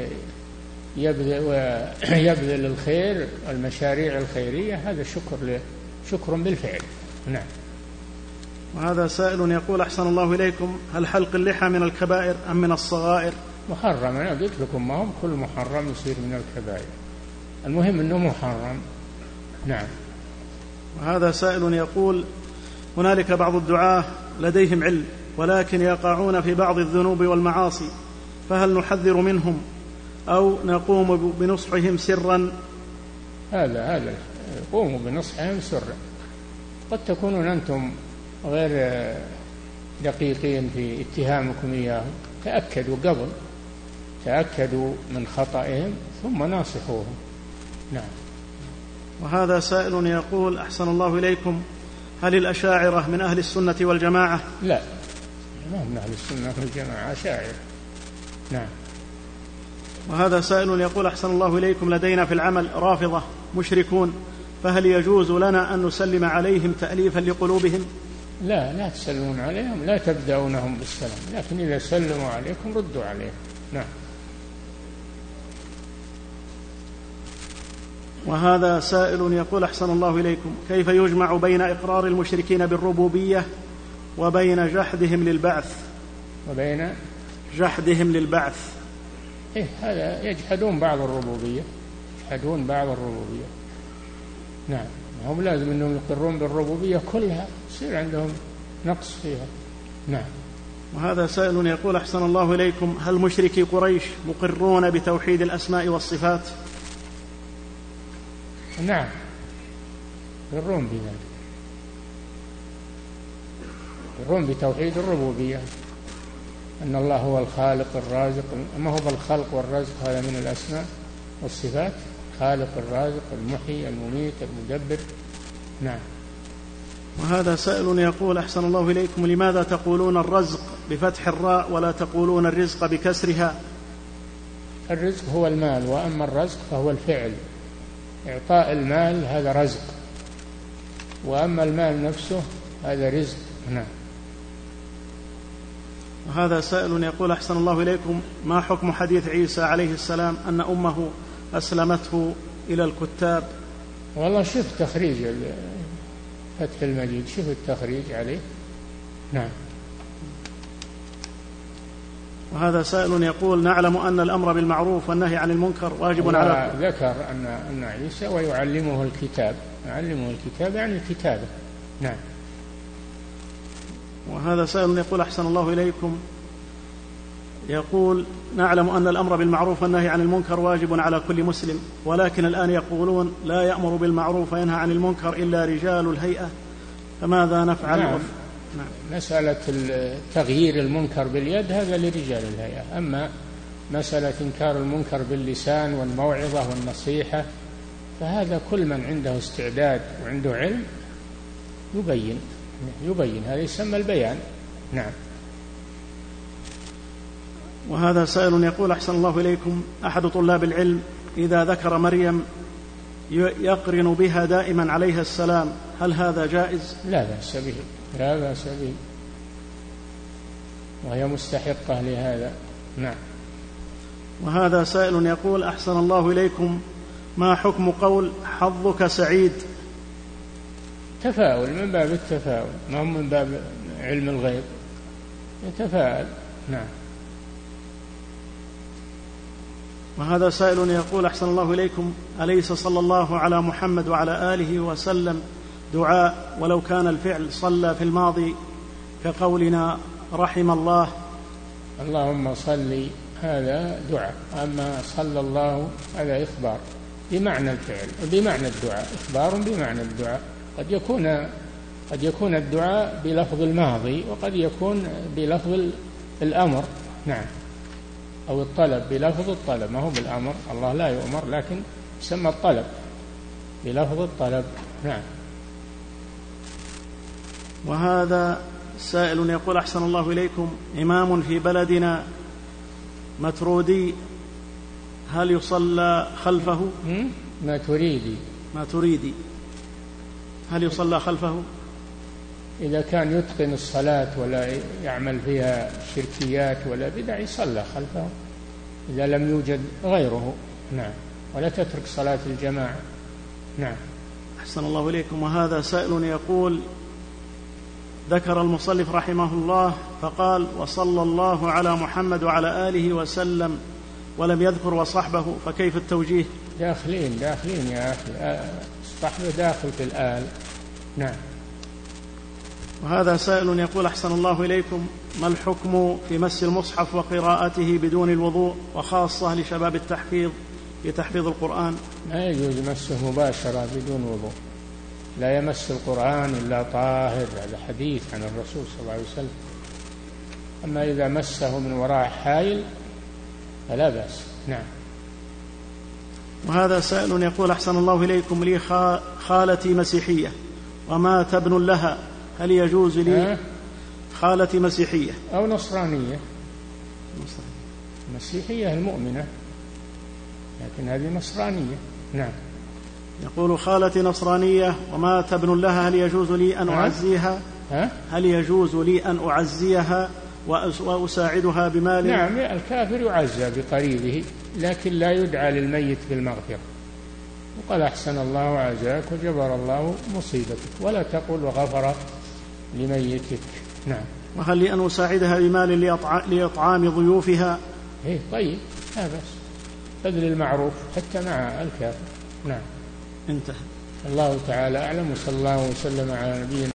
ويبذل, ويبذل الخير والمشاريع الخيرية، هذا شكر شكر بالفعل. نعم. وهذا سائل يقول: أحسن الله إليكم، هل حلق اللحى من الكبائر أم من الصغائر؟ محرم، أنا قلت لكم ما هم كل محرم يصير من الكبائر، المهم أنه محرم. نعم. وهذا سائل يقول: هنالك بعض الدعاة لديهم علم ولكن يقعون في بعض الذنوب والمعاصي، فهل نحذر منهم أو نقوم بنصحهم سرا؟ هذا هذا قوموا بنصحهم سرا، قد تكونون أنتم غير دقيقين في اتهامكم إياهم، تأكدوا قبل، تأكدوا من خطئهم ثم ناصحوهم. نعم. وهذا سائل يقول: أحسن الله إليكم، هل الأشاعرة من أهل السنة والجماعة؟ لا، ما من أهل السنة والجماعة، أشاعرة. نعم. وهذا سائل يقول: أحسن الله إليكم، لدينا في العمل رافضة مشركون، فهل يجوز لنا أن نسلم عليهم تأليفا لقلوبهم؟ لا، لا تسلمون عليهم، لا تبدأونهم بالسلام، لكن إذا سلموا عليكم ردوا عليهم. نعم. وهذا سائل يقول أحسن الله إليكم: كيف يجمع بين إقرار المشركين بالربوبية وبين جحدهم للبعث؟ وبين جحدهم للبعث. إيه هذا يجحدون بعض الربوبية، يجحدون بعض الربوبية. نعم، هم لازم أنهم يقرون بالربوبية كلها، يصير عندهم نقص فيها. نعم. وهذا سائل يقول أحسن الله إليكم: هل مشركي قريش مقرون بتوحيد الأسماء والصفات؟ نعم، يقرون بذلك، يقرون بتوحيد الربوبية، أن الله هو الخالق الرازق. أما هو بالخلق والرزق هذا من الأسماء والصفات، خالق الرازق المحيي المميت المدبر. نعم. وهذا سائل يقول أحسن الله إليكم: لماذا تقولون الرزق بفتح الراء ولا تقولون الرزق بكسرها؟ الرزق هو المال، وأما الرزق فهو الفعل. إعطاء المال هذا رزق، وأما المال نفسه هذا رزق. نعم. وهذا سائل يقول أحسن الله إليكم: ما حكم حديث عيسى عليه السلام أن أمه أسلمته إلى الكتاب؟ والله شوف تخريج فتح المجيد، شوف التخريج عليه. نعم. وهذا سائل يقول: نعلم أن الأمر بالمعروف والنهي عن المنكر واجب على. ذكر أن أن عيسى ويعلمه الكتاب، يعلمه الكتاب يعني الكتابة. نعم. وهذا سائل يقول أحسن الله إليكم: يقول: نعلم أن الأمر بالمعروف والنهي عن المنكر واجب على كل مسلم، ولكن الآن يقولون لا يأمر بالمعروف وينهى عن المنكر إلا رجال الهيئة، فماذا نفعل؟ نعم. نعم. مسألة تغيير المنكر باليد هذا لرجال الهيئة، أما مسألة إنكار المنكر باللسان والموعظة والنصيحة فهذا كل من عنده استعداد وعنده علم يبين يبين هذا يسمى البيان. نعم. وهذا سائل يقول أحسن الله إليكم: أحد طلاب العلم إذا ذكر مريم يقرن بها دائما عليها السلام، هل هذا جائز؟ لا بأس به، لا بأس به، وهي مستحقة لهذا. نعم. وهذا سائل يقول أحسن الله إليكم: ما حكم قول حظك سعيد؟ تفاؤل، من باب التفاؤل، ما هو من باب علم الغيب، يتفاءل. نعم. وهذا سائل يقول أحسن الله إليكم: أليس صلى الله على محمد وعلى آله وسلم دعاء ولو كان الفعل صلى في الماضي كقولنا رحم الله؟ اللهم صل هذا دعاء، أما صلى الله هذا إخبار بمعنى الفعل بمعنى الدعاء، إخبار بمعنى الدعاء. قد يكون قد يكون الدعاء بلفظ الماضي، وقد يكون بلفظ الأمر. نعم. أو الطلب بلفظ الطلب، ما هو بالأمر، الله لا يؤمر، لكن يسمى الطلب بلفظ الطلب. نعم. وهذا سائل يقول أحسن الله إليكم: إمام في بلدنا مترودي، هل يصلى خلفه؟ ما تريدي ما تريدي هل يصلى خلفه؟ إذا كان يتقن الصلاة ولا يعمل فيها شركيات ولا بدع يصلى خلفه إذا لم يوجد غيره. نعم. ولا تترك صلاة الجماعة. نعم. أحسن الله إليكم. وهذا سائل يقول: ذكر المصنف رحمه الله فقال: وصلى الله على محمد وعلى آله وسلم، ولم يذكر وصحبه، فكيف التوجيه؟ داخلين داخلين يا أخي، صحبه داخل في الآل. نعم. وهذا سائل يقول أحسن الله إليكم: ما الحكم في مس المصحف وقراءته بدون الوضوء، وخاصة لشباب التحفيظ في تحفيظ القرآن؟ لا يجوز مسه مباشرة بدون وضوء، لا يمس القرآن إلا طاهر، هذا حديث عن الرسول صلى الله عليه وسلم. أما إذا مسه من وراء حائل فلا بأس. نعم. وهذا سائل يقول أحسن الله إليكم: لي خالتي مسيحية ومات ابن لها، هل يجوز لي؟ خالتي مسيحية أو نصرانية. مسيحية المؤمنة، لكن هذه نصرانية. نعم. يقول: خالتي نصرانية ومات ابن لها، هل يجوز لي أن أعزيها؟ هل يجوز لي أن أعزيها وأساعدها بمال؟ نعم، الكافر يعزى بقريبه، لكن لا يدعى للميت بالمغفرة، وقال أحسن الله عزاك وجبر الله مصيبتك، ولا تقل وغفر لميتك. نعم. وهل لي أن أساعدها بمال لإطعام ضيوفها؟ إيه طيب، لا بأس، بذل المعروف حتى مع الكافر. نعم. انتهى. الله تعالى أعلم، وصلى الله وسلم على نبينا